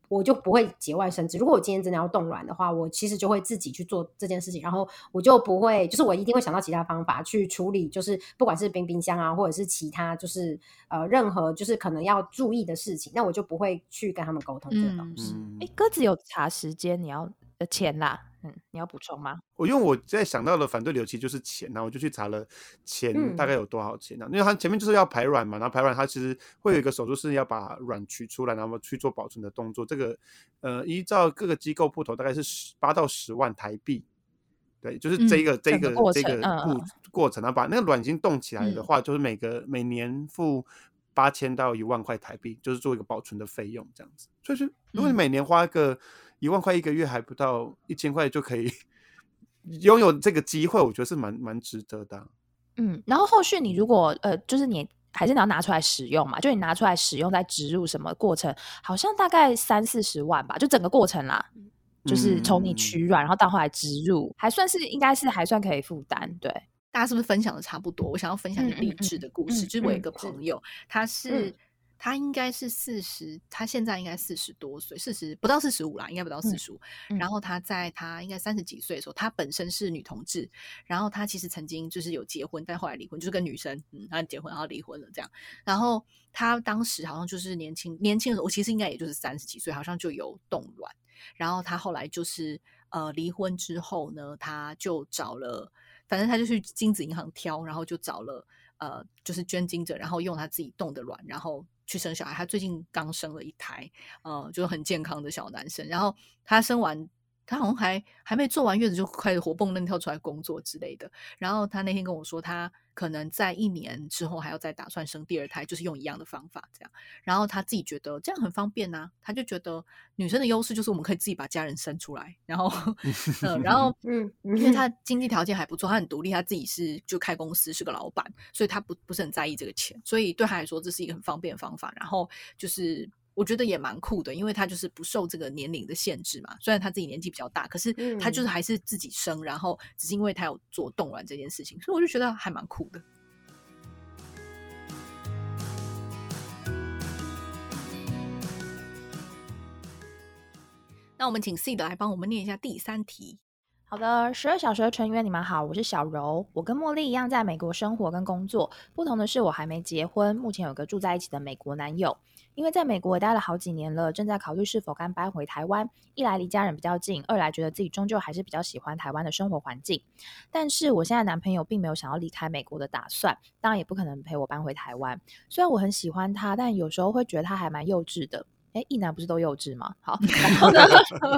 我就不会节外生枝。如果我今天真的要冻卵的话，我其实就会自己去做这件事情，然后我就不会，就是我一定会想到其他方法去处理，就是不管是冰冰箱啊，或者是其他就是呃任何就是可能要注意的事情，那我就不会去跟他们沟通这个东西。 哎、嗯，鸽子有查时间，你要呃钱啦。嗯，你要补充吗？ 我因为我在想到的反对理由其实就是钱，然后我就去查了钱大概有多少钱、啊嗯、因为它前面就是要排卵嘛，然后排卵它其实会有一个手术是要把卵取出来，然后去做保存的动作。这个呃依照各个机构不同，大概是八到十万台币。对，就是这个、嗯、这个过这个过过程，然后把那个卵已经冻起来的话，嗯、就是每个每年付八千到一万块台币，就是做一个保存的费用这样子。所以是如果你每年花个一万块，一个月还不到一千块就可以拥有这个机会，我觉得是蛮蛮值得的、啊。 嗯，然后后续你如果呃，就是你还是你要拿出来使用嘛，就你拿出来使用再植入什么过程，好像大概三四十万吧，就整个过程啦。就是从你取卵然后到后来植入，还算是应该是还算可以负担。对， 大家是不是分享的差不多？我想要分享一个励志的故事，嗯嗯嗯、就是我有一个朋友，嗯、他是、嗯、他应该是四十，他现在应该四十多岁，四十不到四十五啦，应该不到四十五。然后他在他应该三十几岁的时候，他本身是女同志，然后他其实曾经就是有结婚，但后来离婚，就是跟女生，嗯，他结婚然后离婚了这样。然后他当时好像就是年轻年轻的时候，我其实应该也就是三十几岁，好像就有冻卵。然后他后来就是呃离婚之后呢，他就找了，反正他就去精子银行挑，然后就找了呃就是捐精者，然后用他自己冻的卵，然后去生小孩。他最近刚生了一胎，呃就是很健康的小男生。然后他生完，他好像还还没做完月子就开始活蹦乱跳出来工作之类的。然后他那天跟我说，他可能在一年之后还要再打算生第二胎，就是用一样的方法这样。然后他自己觉得这样很方便啊，他就觉得女生的优势就是我们可以自己把家人生出来，然后呃，然后嗯，因为他经济条件还不错，他很独立，他自己是就开公司是个老板，所以他不不是很在意这个钱，所以对他来说这是一个很方便的方法。然后就是我觉得也蛮酷的，因为他就是不受这个年龄的限制嘛，虽然他自己年纪比较大，可是他就是还是自己生，然后只是因为他有做冻卵这件事情，所以我就觉得还蛮酷的。那我们请 Seed 来帮我们念一下第三题。 好的，十二小时的成员你们好，我是小柔。我跟茉莉一样在美国生活跟工作，不同的是我还没结婚，目前有个住在一起的美国男友。因为在美国待了好几年了，正在考虑是否该搬回台湾，一来离家人比较近，二来觉得自己终究还是比较喜欢台湾的生活环境。但是我现在男朋友并没有想要离开美国的打算，当然也不可能陪我搬回台湾。虽然我很喜欢他，但有时候会觉得他还蛮幼稚的。哎，异男不是都幼稚吗？好，然后呢，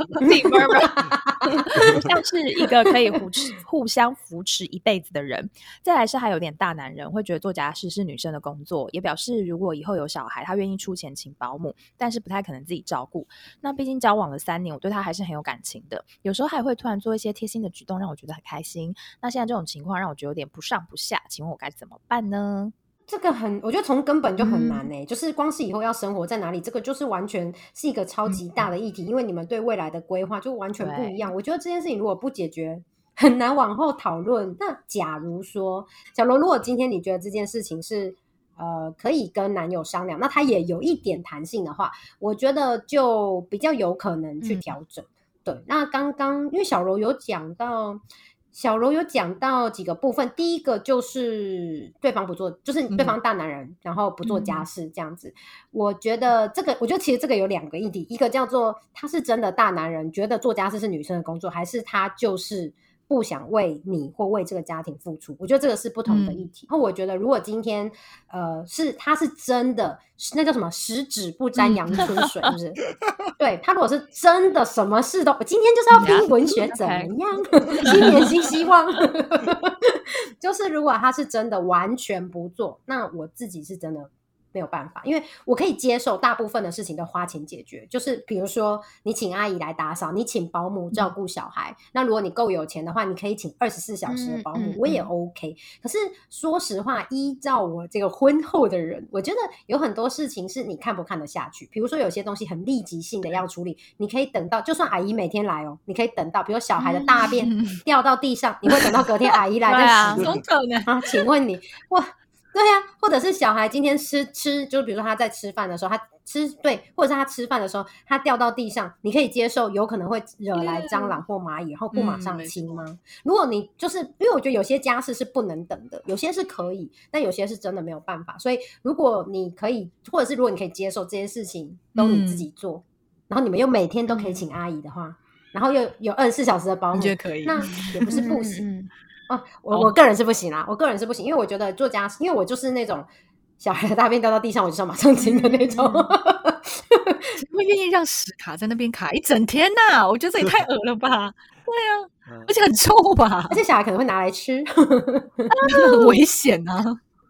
不像是一个可以互持互相扶持一辈子的人。再来是还有点大男人，会觉得做家事是女生的工作，也表示如果以后有小孩，他愿意出钱请保姆，但是不太可能自己照顾。那毕竟交往了三年，我对他还是很有感情的，有时候还会突然做一些贴心的举动，让我觉得很开心。那现在这种情况让我觉得有点不上不下，请问我该怎么办呢？ 这个很，我觉得从根本就很难欸、嗯、就是光是以后要生活在哪里，这个就是完全是一个超级大的议题、嗯、因为你们对未来的规划就完全不一样。我觉得这件事情如果不解决，很难往后讨论。那假如说小罗，如果今天你觉得这件事情是呃可以跟男友商量，那他也有一点弹性的话，我觉得就比较有可能去调整、嗯、对。那刚刚因为小罗有讲到小柔有讲到几个部分，第一个就是对方不做，就是对方大男人、嗯、然后不做家事这样子、嗯、我觉得这个我觉得其实这个有两个议题，一个叫做他是真的大男人觉得做家事是女生的工作，还是他就是不想为你或为这个家庭付出，我觉得这个是不同的议题、嗯、然后我觉得如果今天呃是他是真的那叫什么十指不沾阳春水、嗯、是不是对，他如果是真的什么事都我今天就是要拼文学怎么样、okay. 新年新希望就是如果他是真的完全不做，那我自己是真的没有办法，因为我可以接受大部分的事情都花钱解决，就是比如说你请阿姨来打扫，你请保姆照顾小孩、嗯、那如果你够有钱的话，你可以请二十四小时的保姆、嗯嗯、我也 OK。 可是说实话，依照我这个婚后的人，我觉得有很多事情是你看不看得下去，比如说有些东西很立即性的要处理，你可以等到就算阿姨每天来哦，你可以等到比如小孩的大便掉到地上、嗯、你会等到隔天阿姨来再洗、 对啊，怎么可能啊？请问你哇对呀、啊，或者是小孩今天吃吃，就比如说他在吃饭的时候，他吃对，或者是他吃饭的时候，他掉到地上，你可以接受有可能会惹来蟑螂或蚂蚁，然后不马上清吗？嗯、如果你就是因为我觉得有些家事是不能等的，有些是可以，但有些是真的没有办法。所以如果你可以，或者是如果你可以接受这些事情都你自己做，嗯、然后你们又每天都可以请阿姨的话，嗯、然后又有二十四小时的保姆， 你觉得可以？ 那也不是不行。嗯嗯哦，我我个人是不行啦，我个人是不行，因为我觉得做家事，因为我就是那种小孩的大便掉到地上，我就是要马上清的那种。 怎么会愿意让屎卡在那边卡一整天呐、啊？我觉得这也太恶了吧！对啊，而且很臭吧？ 而且小孩可能会拿来吃， 啊、很危险啊！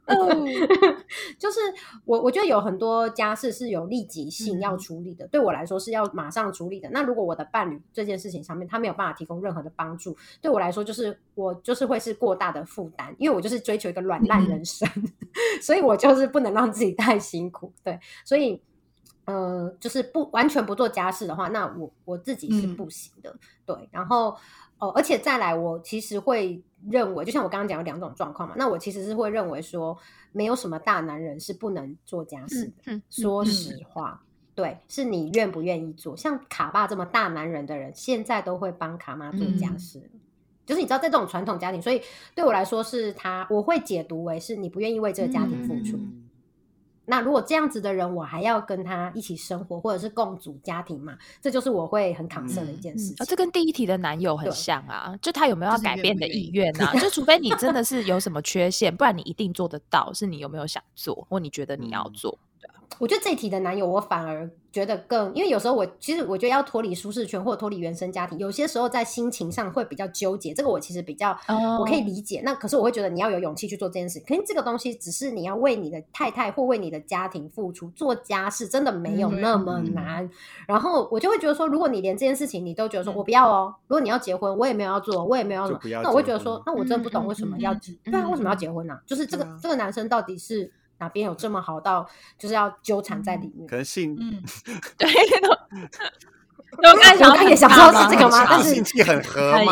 就是我我觉得有很多家事是有立即性要处理的、嗯、对我来说是要马上处理的。那如果我的伴侣这件事情上面他没有办法提供任何的帮助，对我来说就是我就是会是过大的负担，因为我就是追求一个软烂人生、嗯、所以我就是不能让自己太辛苦。对，所以呃，就是不完全不做家事的话，那我我自己是不行的、嗯、对。然后哦，而且再来我其实会认为，就像我刚刚讲有两种状况嘛，那我其实是会认为说没有什么大男人是不能做家事的、嗯嗯、说实话、嗯、对，是你愿不愿意做。像卡爸这么大男人的人现在都会帮卡妈做家事、嗯、就是你知道在这种传统家庭，所以对我来说是他，我会解读为是你不愿意为这个家庭付出、嗯，那如果这样子的人我还要跟他一起生活或者是共组家庭嘛，这就是我会很concern的一件事情、 嗯嗯、这跟第一题的男友很像啊，就他有没有要改变的意愿啊，就除非你真的是有什么缺陷不然你一定做得到，是你有没有想做或你觉得你要做、嗯、对啊。 我觉得这一题的男友我反而觉得更，因为有时候我其实我觉得要脱离舒适圈或者脱离原生家庭，有些时候在心情上会比较纠结，这个我其实比较、oh. 我可以理解。那可是我会觉得你要有勇气去做这件事，可是这个东西只是你要为你的太太或为你的家庭付出，做家事真的没有那么难、嗯、然后我就会觉得说如果你连这件事情你都觉得说、嗯、我不要哦，如果你要结婚我也没有要做，我也没有要什么，那我会觉得说那我真的不懂为什么要、嗯、对啊，为什么要结婚呢、啊？就是这个、嗯、这个男生到底是哪边有这么好到就是要纠缠在里面？ 可能性， 嗯， 对，我刚才想刚也想说是这个吗？但是性气很合吗？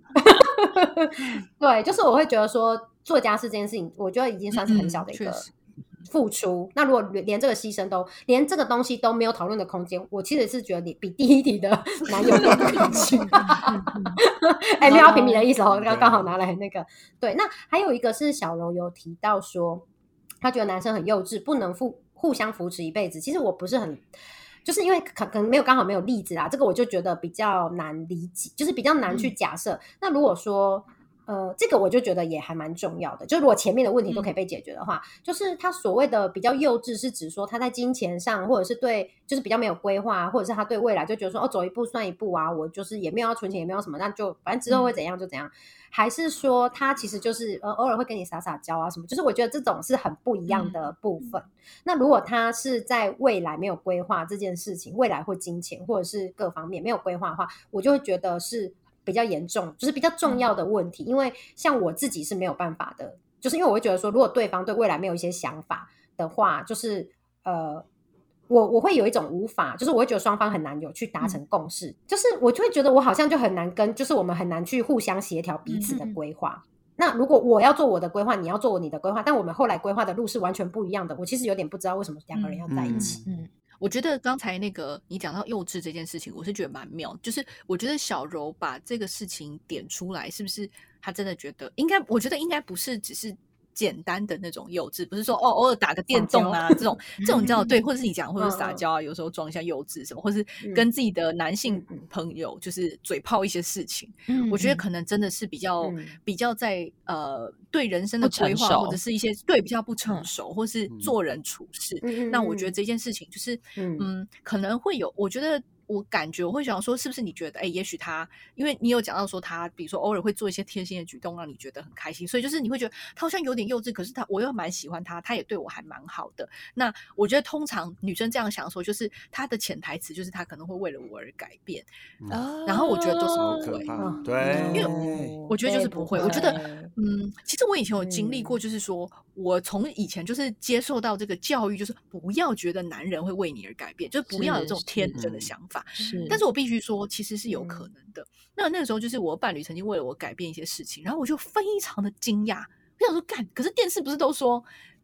对，就是我会觉得说做家事这件事情，我觉得已经算是很小的一个付出。嗯、那如果连这个牺牲都连这个东西都没有讨论的空间，我其实是觉得你比第一题的男友更不可取。哎，没有要评比的意思哦，刚刚好拿来那个。对，那还有一个是小柔有提到说。他觉得男生很幼稚，不能互互相扶持一辈子。其实我不是很，就是因为可可能没有刚好没有例子啦，这个我就觉得比较难理解，就是比较难去假设。嗯、那如果说呃，这个我就觉得也还蛮重要的。就如果前面的问题都可以被解决的话，嗯、就是他所谓的比较幼稚，是指说他在金钱上，或者是对，就是比较没有规划，或者是他对未来就觉得说哦，走一步算一步啊，我就是也没有要存钱，也没有什么，那就反正之后会怎样就怎样。嗯，还是说他其实就是呃偶尔会跟你撒撒娇啊什么，就是我觉得这种是很不一样的部分。嗯、那如果他是在未来没有规划这件事情，未来或金钱或者是各方面没有规划的话，我就会觉得是比较严重，就是比较重要的问题。嗯、因为像我自己是没有办法的，就是因为我会觉得说，如果对方对未来没有一些想法的话，就是呃。我我会有一种无法，就是我会觉得双方很难有去达成共识，嗯、就是我就会觉得我好像就很难跟，就是我们很难去互相协调彼此的规划。嗯嗯嗯，那如果我要做我的规划，你要做你的规划，但我们后来规划的路是完全不一样的，我其实有点不知道为什么两个人要在一起。 嗯，嗯嗯我觉得刚才那个你讲到幼稚这件事情，我是觉得蛮妙，就是我觉得小柔把这个事情点出来，是不是他真的觉得应该？我觉得应该不是只是。简单的那种幼稚，不是说哦偶尔打个电动啊这种这种你知道对，或者是你讲或者是撒娇啊，有时候装一下幼稚什么，或是跟自己的男性朋友就是嘴炮一些事情，嗯、我觉得可能真的是比较、嗯、比较在呃对人生的规划或者是一些对比较不成熟，嗯、或是做人处事，嗯、那我觉得这件事情就是嗯, 嗯可能会有，我觉得。我感觉我会想说是不是你觉得哎，也许他因为你有讲到说他比如说偶尔会做一些贴心的举动让你觉得很开心，所以就是你会觉得他好像有点幼稚，可是他我又蛮喜欢他，他也对我还蛮好的。那我觉得通常女生这样想说就是他的潜台词就是他可能会为了我而改变，嗯、然后我觉得都是不会， 嗯、对， 因为我觉得就是不会，我觉得嗯，其实我以前有经历过，就是说、嗯、我从以前就是接受到这个教育，就是不要觉得男人会为你而改变，就是不要有这种天真的想法。是，但是我必须说其实是有可能的、嗯、那那个时候就是我伴侣曾经为了我改变一些事情，然后我就非常的惊讶，我想说干，可是电视不是都说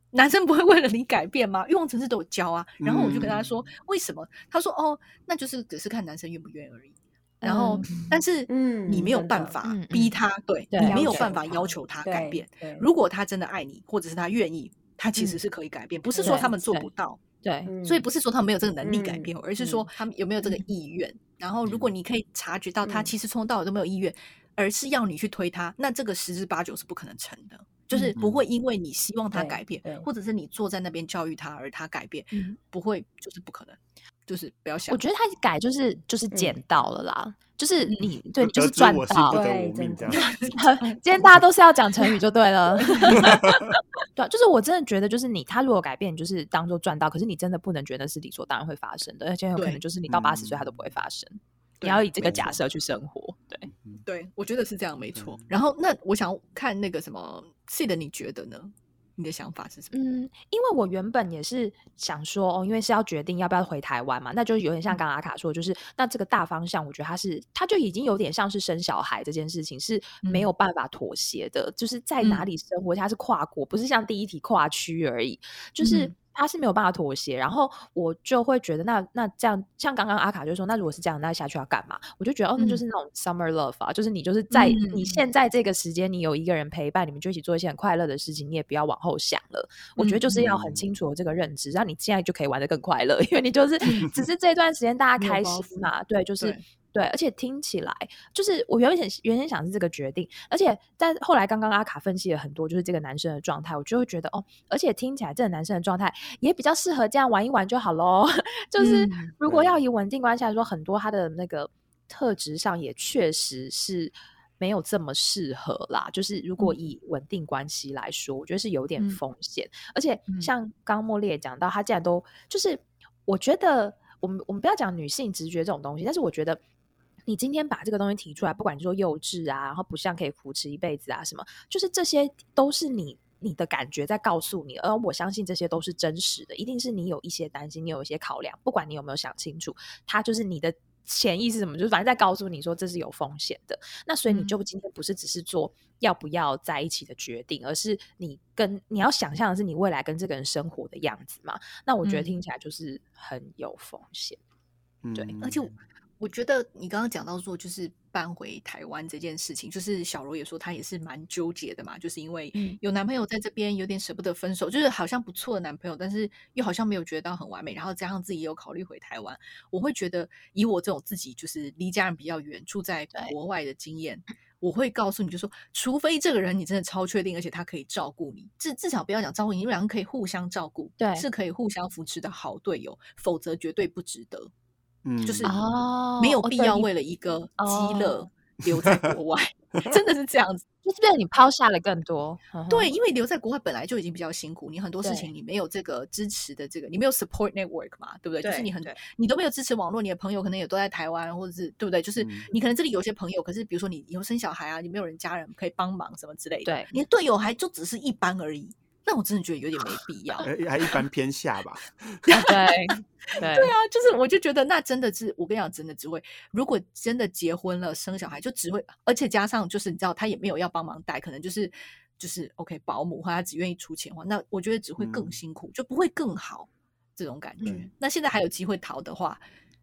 男生不会为了你改变吗？欲望城市都有教啊。然后我就跟他说、嗯、为什么？他说哦，那就是只是看男生愿不愿意而已。然后、嗯、但是你没有办法逼他、嗯、对, 对你没有办法要求他改变。如果他真的爱你或者是他愿意，他其实是可以改变、嗯、不是说他们做不到， 对， 所以不是说他们没有这个能力改变、嗯、而是说他们有没有这个意愿、嗯、然后如果你可以察觉到他其实从头到尾都没有意愿、嗯、而是要你去推他，那这个十之八九是不可能成的，就是不会因为你希望他改变、嗯、或者是你坐在那边教育他而他改变、嗯、不会，就是不可能，就是不要想。 我觉得他改就是就是捡到了啦、嗯、就是你对你就是赚到， 对，真的今天大家都是要讲成语就对了对、啊，就是我真的觉得就是你他如果改变你就是当做赚到，可是你真的不能觉得是理所当然会发生的，而且有可能就是你到八十岁他都不会发生、嗯、你要以这个假设去生活。对对，我觉得是这样没错、嗯、然后那我想看那个什么 Sid 你觉得呢？你的想法是什么？ 嗯，因为我原本也是想说哦，因为是要决定要不要回台湾嘛，那就有点像刚刚阿卡说，就是那这个大方向我觉得它是它就已经有点像是生小孩这件事情是没有办法妥协的、嗯、就是在哪里生活它是跨国、嗯、不是像第一题跨区而已，就是、嗯他是没有办法妥协，然后我就会觉得那那这样，像刚刚阿卡就说那如果是这样那下去要干嘛，我就觉得哦那就是那种 summer love 啊、嗯、就是你就是在、嗯、你现在这个时间你有一个人陪伴，你们就一起做一些很快乐的事情，你也不要往后想了、嗯、我觉得就是要很清楚的这个认知，让你现在就可以玩得更快乐，因为你就是只是这段时间大家开心嘛对，就是对对，而且听起来就是我原本原先想是这个决定，而且但后来刚刚阿卡分析了很多就是这个男生的状态，我就会觉得哦，而且听起来这个男生的状态也比较适合这样玩一玩就好咯就是如果要以稳定关系来说、嗯、很多他的那个特质上也确实是没有这么适合啦，就是如果以稳定关系来说、嗯、我觉得是有点风险、嗯、而且像刚茉莉也讲到他竟然都就是我觉得我们我们不要讲女性直觉这种东西，但是我觉得你今天把这个东西提出来，不管你说幼稚啊，然后不像可以扶持一辈子啊什么，就是这些都是你你的感觉在告诉你，而我相信这些都是真实的，一定是你有一些担心，你有一些考量，不管你有没有想清楚，它就是你的潜意识什么，就是反正在告诉你说这是有风险的，那所以你就今天不是只是做要不要在一起的决定、嗯、而是你跟你要想象的是你未来跟这个人生活的样子嘛，那我觉得听起来就是很有风险、嗯、对， 而且我我觉得你刚刚讲到说就是搬回台湾这件事情，就是小柔也说她也是蛮纠结的嘛，就是因为有男朋友在这边有点舍不得分手、嗯、就是好像不错的男朋友，但是又好像没有觉得到很完美，然后加上自己也有考虑回台湾，我会觉得以我这种自己就是离家人比较远住在国外的经验，我会告诉你就说除非这个人你真的超确定而且他可以照顾你，至至少不要讲照顾你，你们两个可以互相照顾，对，是可以互相扶持的好队友，否则绝对不值得，嗯，就是没有必要为了一个鸡肋留在国外、哦、真的是这样子， 就是被你抛下了更多对，因为留在国外本来就已经比较辛苦，你很多事情你没有这个支持的这个，你没有 support network 嘛，对不对？对，就是你很你都没有支持网络，你的朋友可能也都在台湾，或者是对不对？就是你可能这里有些朋友，可是比如说你以后生小孩啊，你没有人家人可以帮忙什么之类的，对，你的队友还就只是一般而已，那我真的觉得有点没必要还一般偏下吧对对对啊，就是我就觉得那真的是我跟你讲真的只会，如果真的结婚了生小孩就只会，而且加上就是你知道他也没有要帮忙带，可能就是就是 OK 保姆或他只愿意出钱的话，那我觉得只会更辛苦、嗯、就不会更好这种感觉、嗯、那现在还有机会逃的话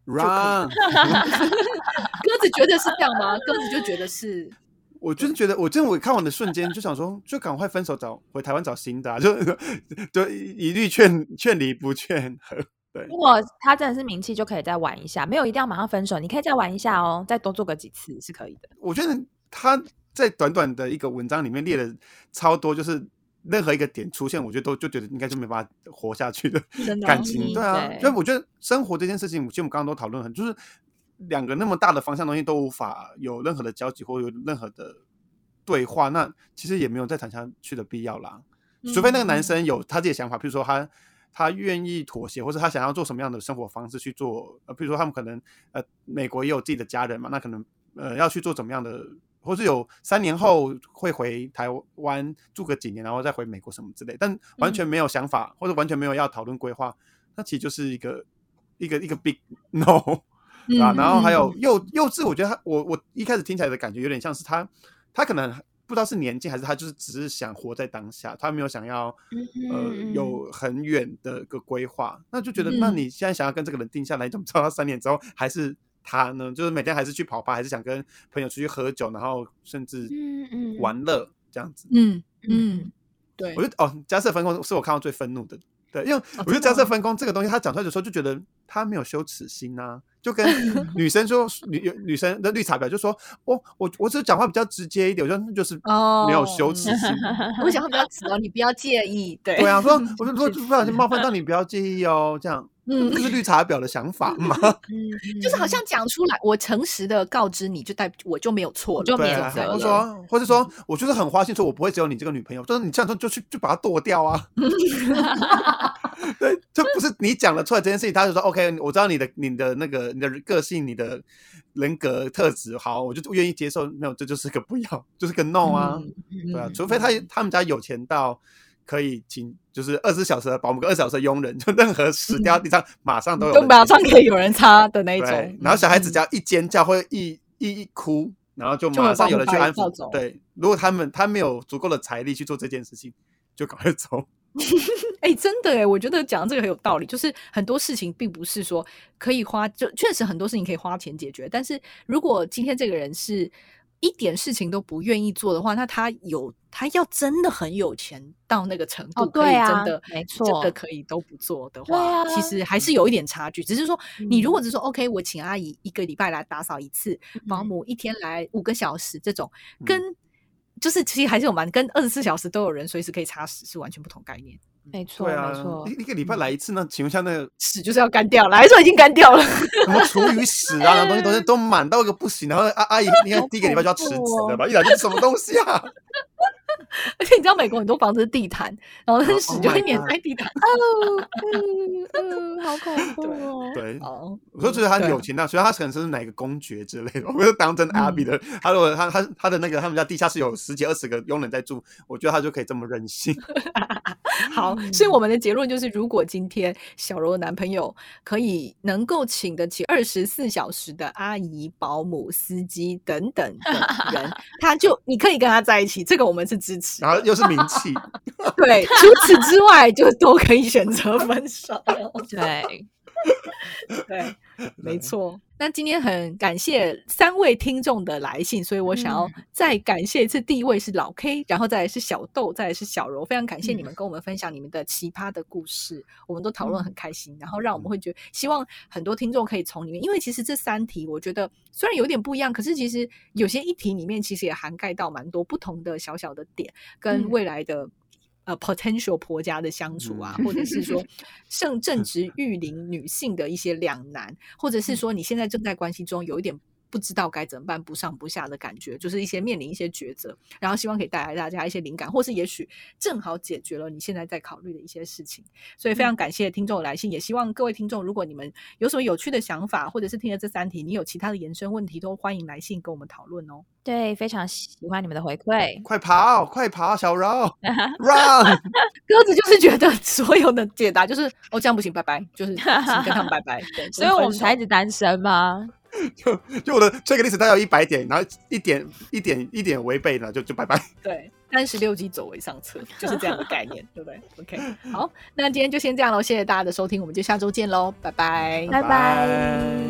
Run 鸽子觉得是这样吗？鸽子就觉得是， 我真的觉得我真的我看完的瞬间就想说就赶快分手找回台湾找新的、啊、就就一律劝劝离不劝和，对， 如果他真的是名气就可以再玩一下，没有一定要马上分手，你可以再玩一下哦，再多做个几次是可以的。 我觉得他在短短的一个文章里面列了超多，就是任何一个点出现我觉得都就觉得应该就没办法活下去的感情，对啊，所以我觉得生活这件事情其实我们刚刚都讨论很，就是两个那么大的方向东西都无法有任何的交集或有任何的对话，那其实也没有再谈下去的必要啦、嗯、除非那个男生有他自己的想法，譬如说他他愿意妥协，或是他想要做什么样的生活方式去做，呃，譬如说他们可能呃美国也有自己的家人嘛，那可能呃要去做怎么样的，或是有三年后会回台湾住个几年然后再回美国什么之类，但完全没有想法、嗯、或者完全没有要讨论规划，那其实就是一个一个一个 big no、嗯啊、然后还有幼幼稚，我觉得他我我一开始听起来的感觉有点像是他他可能不知道是年纪还是他就是只是想活在当下，他没有想要、嗯、呃有很远的一个规划，那就觉得、嗯、那你现在想要跟这个人定下来，你怎么知道他三年之后还是他呢？就是每天还是去跑吧，还是想跟朋友出去喝酒，然后甚至玩乐这样子。 嗯嗯，对， 我觉得哦，家社分工是我看到最愤怒的。对，因为我觉得家社分工这个东西，他讲出来的时候就觉得他没有羞耻心啊，就跟女生说女女生的绿茶婊就说我我我只是讲话比较直接一点，我觉得那就是没有羞耻心。 哦、我讲话比较直哦，你不要介意。对对啊，说我说如果不小心冒犯到你，不要介意哦，这样。嗯，这是绿茶婊的想法嘛？ 嗯，就是好像讲出来，我诚实的告知你，就代我就没有错了，就没有责任。 或者说，或者说，我就是很花心，说我不会只有你这个女朋友，就是你这样说就去就把它剁掉啊。对，就不是你讲了出来这件事情，他就说 OK， 我知道你的你的那个你的个性、你的人格特质，好，我就愿意接受。没有，这就是个不要，就是个 no 啊。嗯、对啊，除非他他们家有钱到。可以请就是二十四小时的保姆跟二十四小时的佣人，就任何屎掉地上、嗯、马上都有人， 就马上可以有人擦的那一种。 然后小孩子只要一尖叫或一一一哭，然后就马上有人去安抚。对，如果他们他没有足够的财力去做这件事情，就赶快走。 哎、欸，真的哎，我觉得讲这个很有道理，就是很多事情并不是说可以花，就确实很多事情可以花钱解决，但是如果今天这个人是一点事情都不愿意做的话，那他有他要真的很有钱到那个程度， 哦、对啊， 可以真的没错， 真的可以都不做的话，啊、其实还是有一点差距。只是说，嗯、你如果只说 OK， 我请阿姨一个礼拜来打扫一次，嗯、保姆一天来五个小时，这种、嗯、跟就是其实还是有蛮跟二十四小时都有人随时可以擦屎是完全不同概念。 没错， 啊、 没错， 一个礼拜来一次，那请问一下，那个屎就是要干掉了，还是说已经干掉了？ 什么厨余屎啊，那东西东西都满到一个不行，然后阿阿姨，你看第一个礼拜就要辞职了吧？一来就是什么东西啊？ 而且你知道美国很多房子是地毯，然后那屎就会粘在地毯。 哦，嗯嗯，好恐怖哦！ 对，哦，我就觉得他有钱到，所以他可能是哪个公爵之类的，我就当真阿比的。他如果他他他的那个他们家地下室有十几二十个佣人在住，我觉得他就可以这么任性。 好，所以我们的结论就是，如果今天小柔的男朋友可以能够请得起二十四小时的阿姨、保姆、司机等等的人，他就你可以跟他在一起，这个我们是支持。 然后又是名气， 对，除此之外就都可以选择分手。 对。 对，没错。那今天很感谢三位听众的来信，所以我想要再感谢一次。第一位是老 K， 然后再来是小豆，再来是小柔，非常感谢你们跟我们分享你们的奇葩的故事，我们都讨论很开心，然后让我们会觉得希望很多听众可以从里面，因为其实这三题我觉得虽然有点不一样，可是其实有些议题里面其实也涵盖到蛮多不同的小小的点跟未来的、嗯呃 potential 婆家的相处啊，或者是说正正值育龄女性的一些两难，或者是说你现在正在关系中有一点不知道该怎么办，不上不下的感觉，就是一些面临一些抉择，然后希望可以带来大家一些灵感，或是也许正好解决了你现在在考虑的一些事情。所以非常感谢听众的来信，也希望各位听众如果你们有什么有趣的想法，或者是听了这三题你有其他的延伸问题，都欢迎来信跟我们讨论哦。 对，非常喜欢你们的回馈， 快跑快跑小柔run 鸽子就是觉得所有的解答就是哦这样不行拜拜，就是请跟他们拜拜。对， 所以我们才一直单身吗？ 就就我的 checklist 大概有一百点，然后一点一点一点违背了，就就拜拜。 对，三十六计走为上策，就是这样的概念，对不对 ？OK， 好，那今天就先这样喽，谢谢大家的收听，我们就下周见喽，拜拜， 拜拜。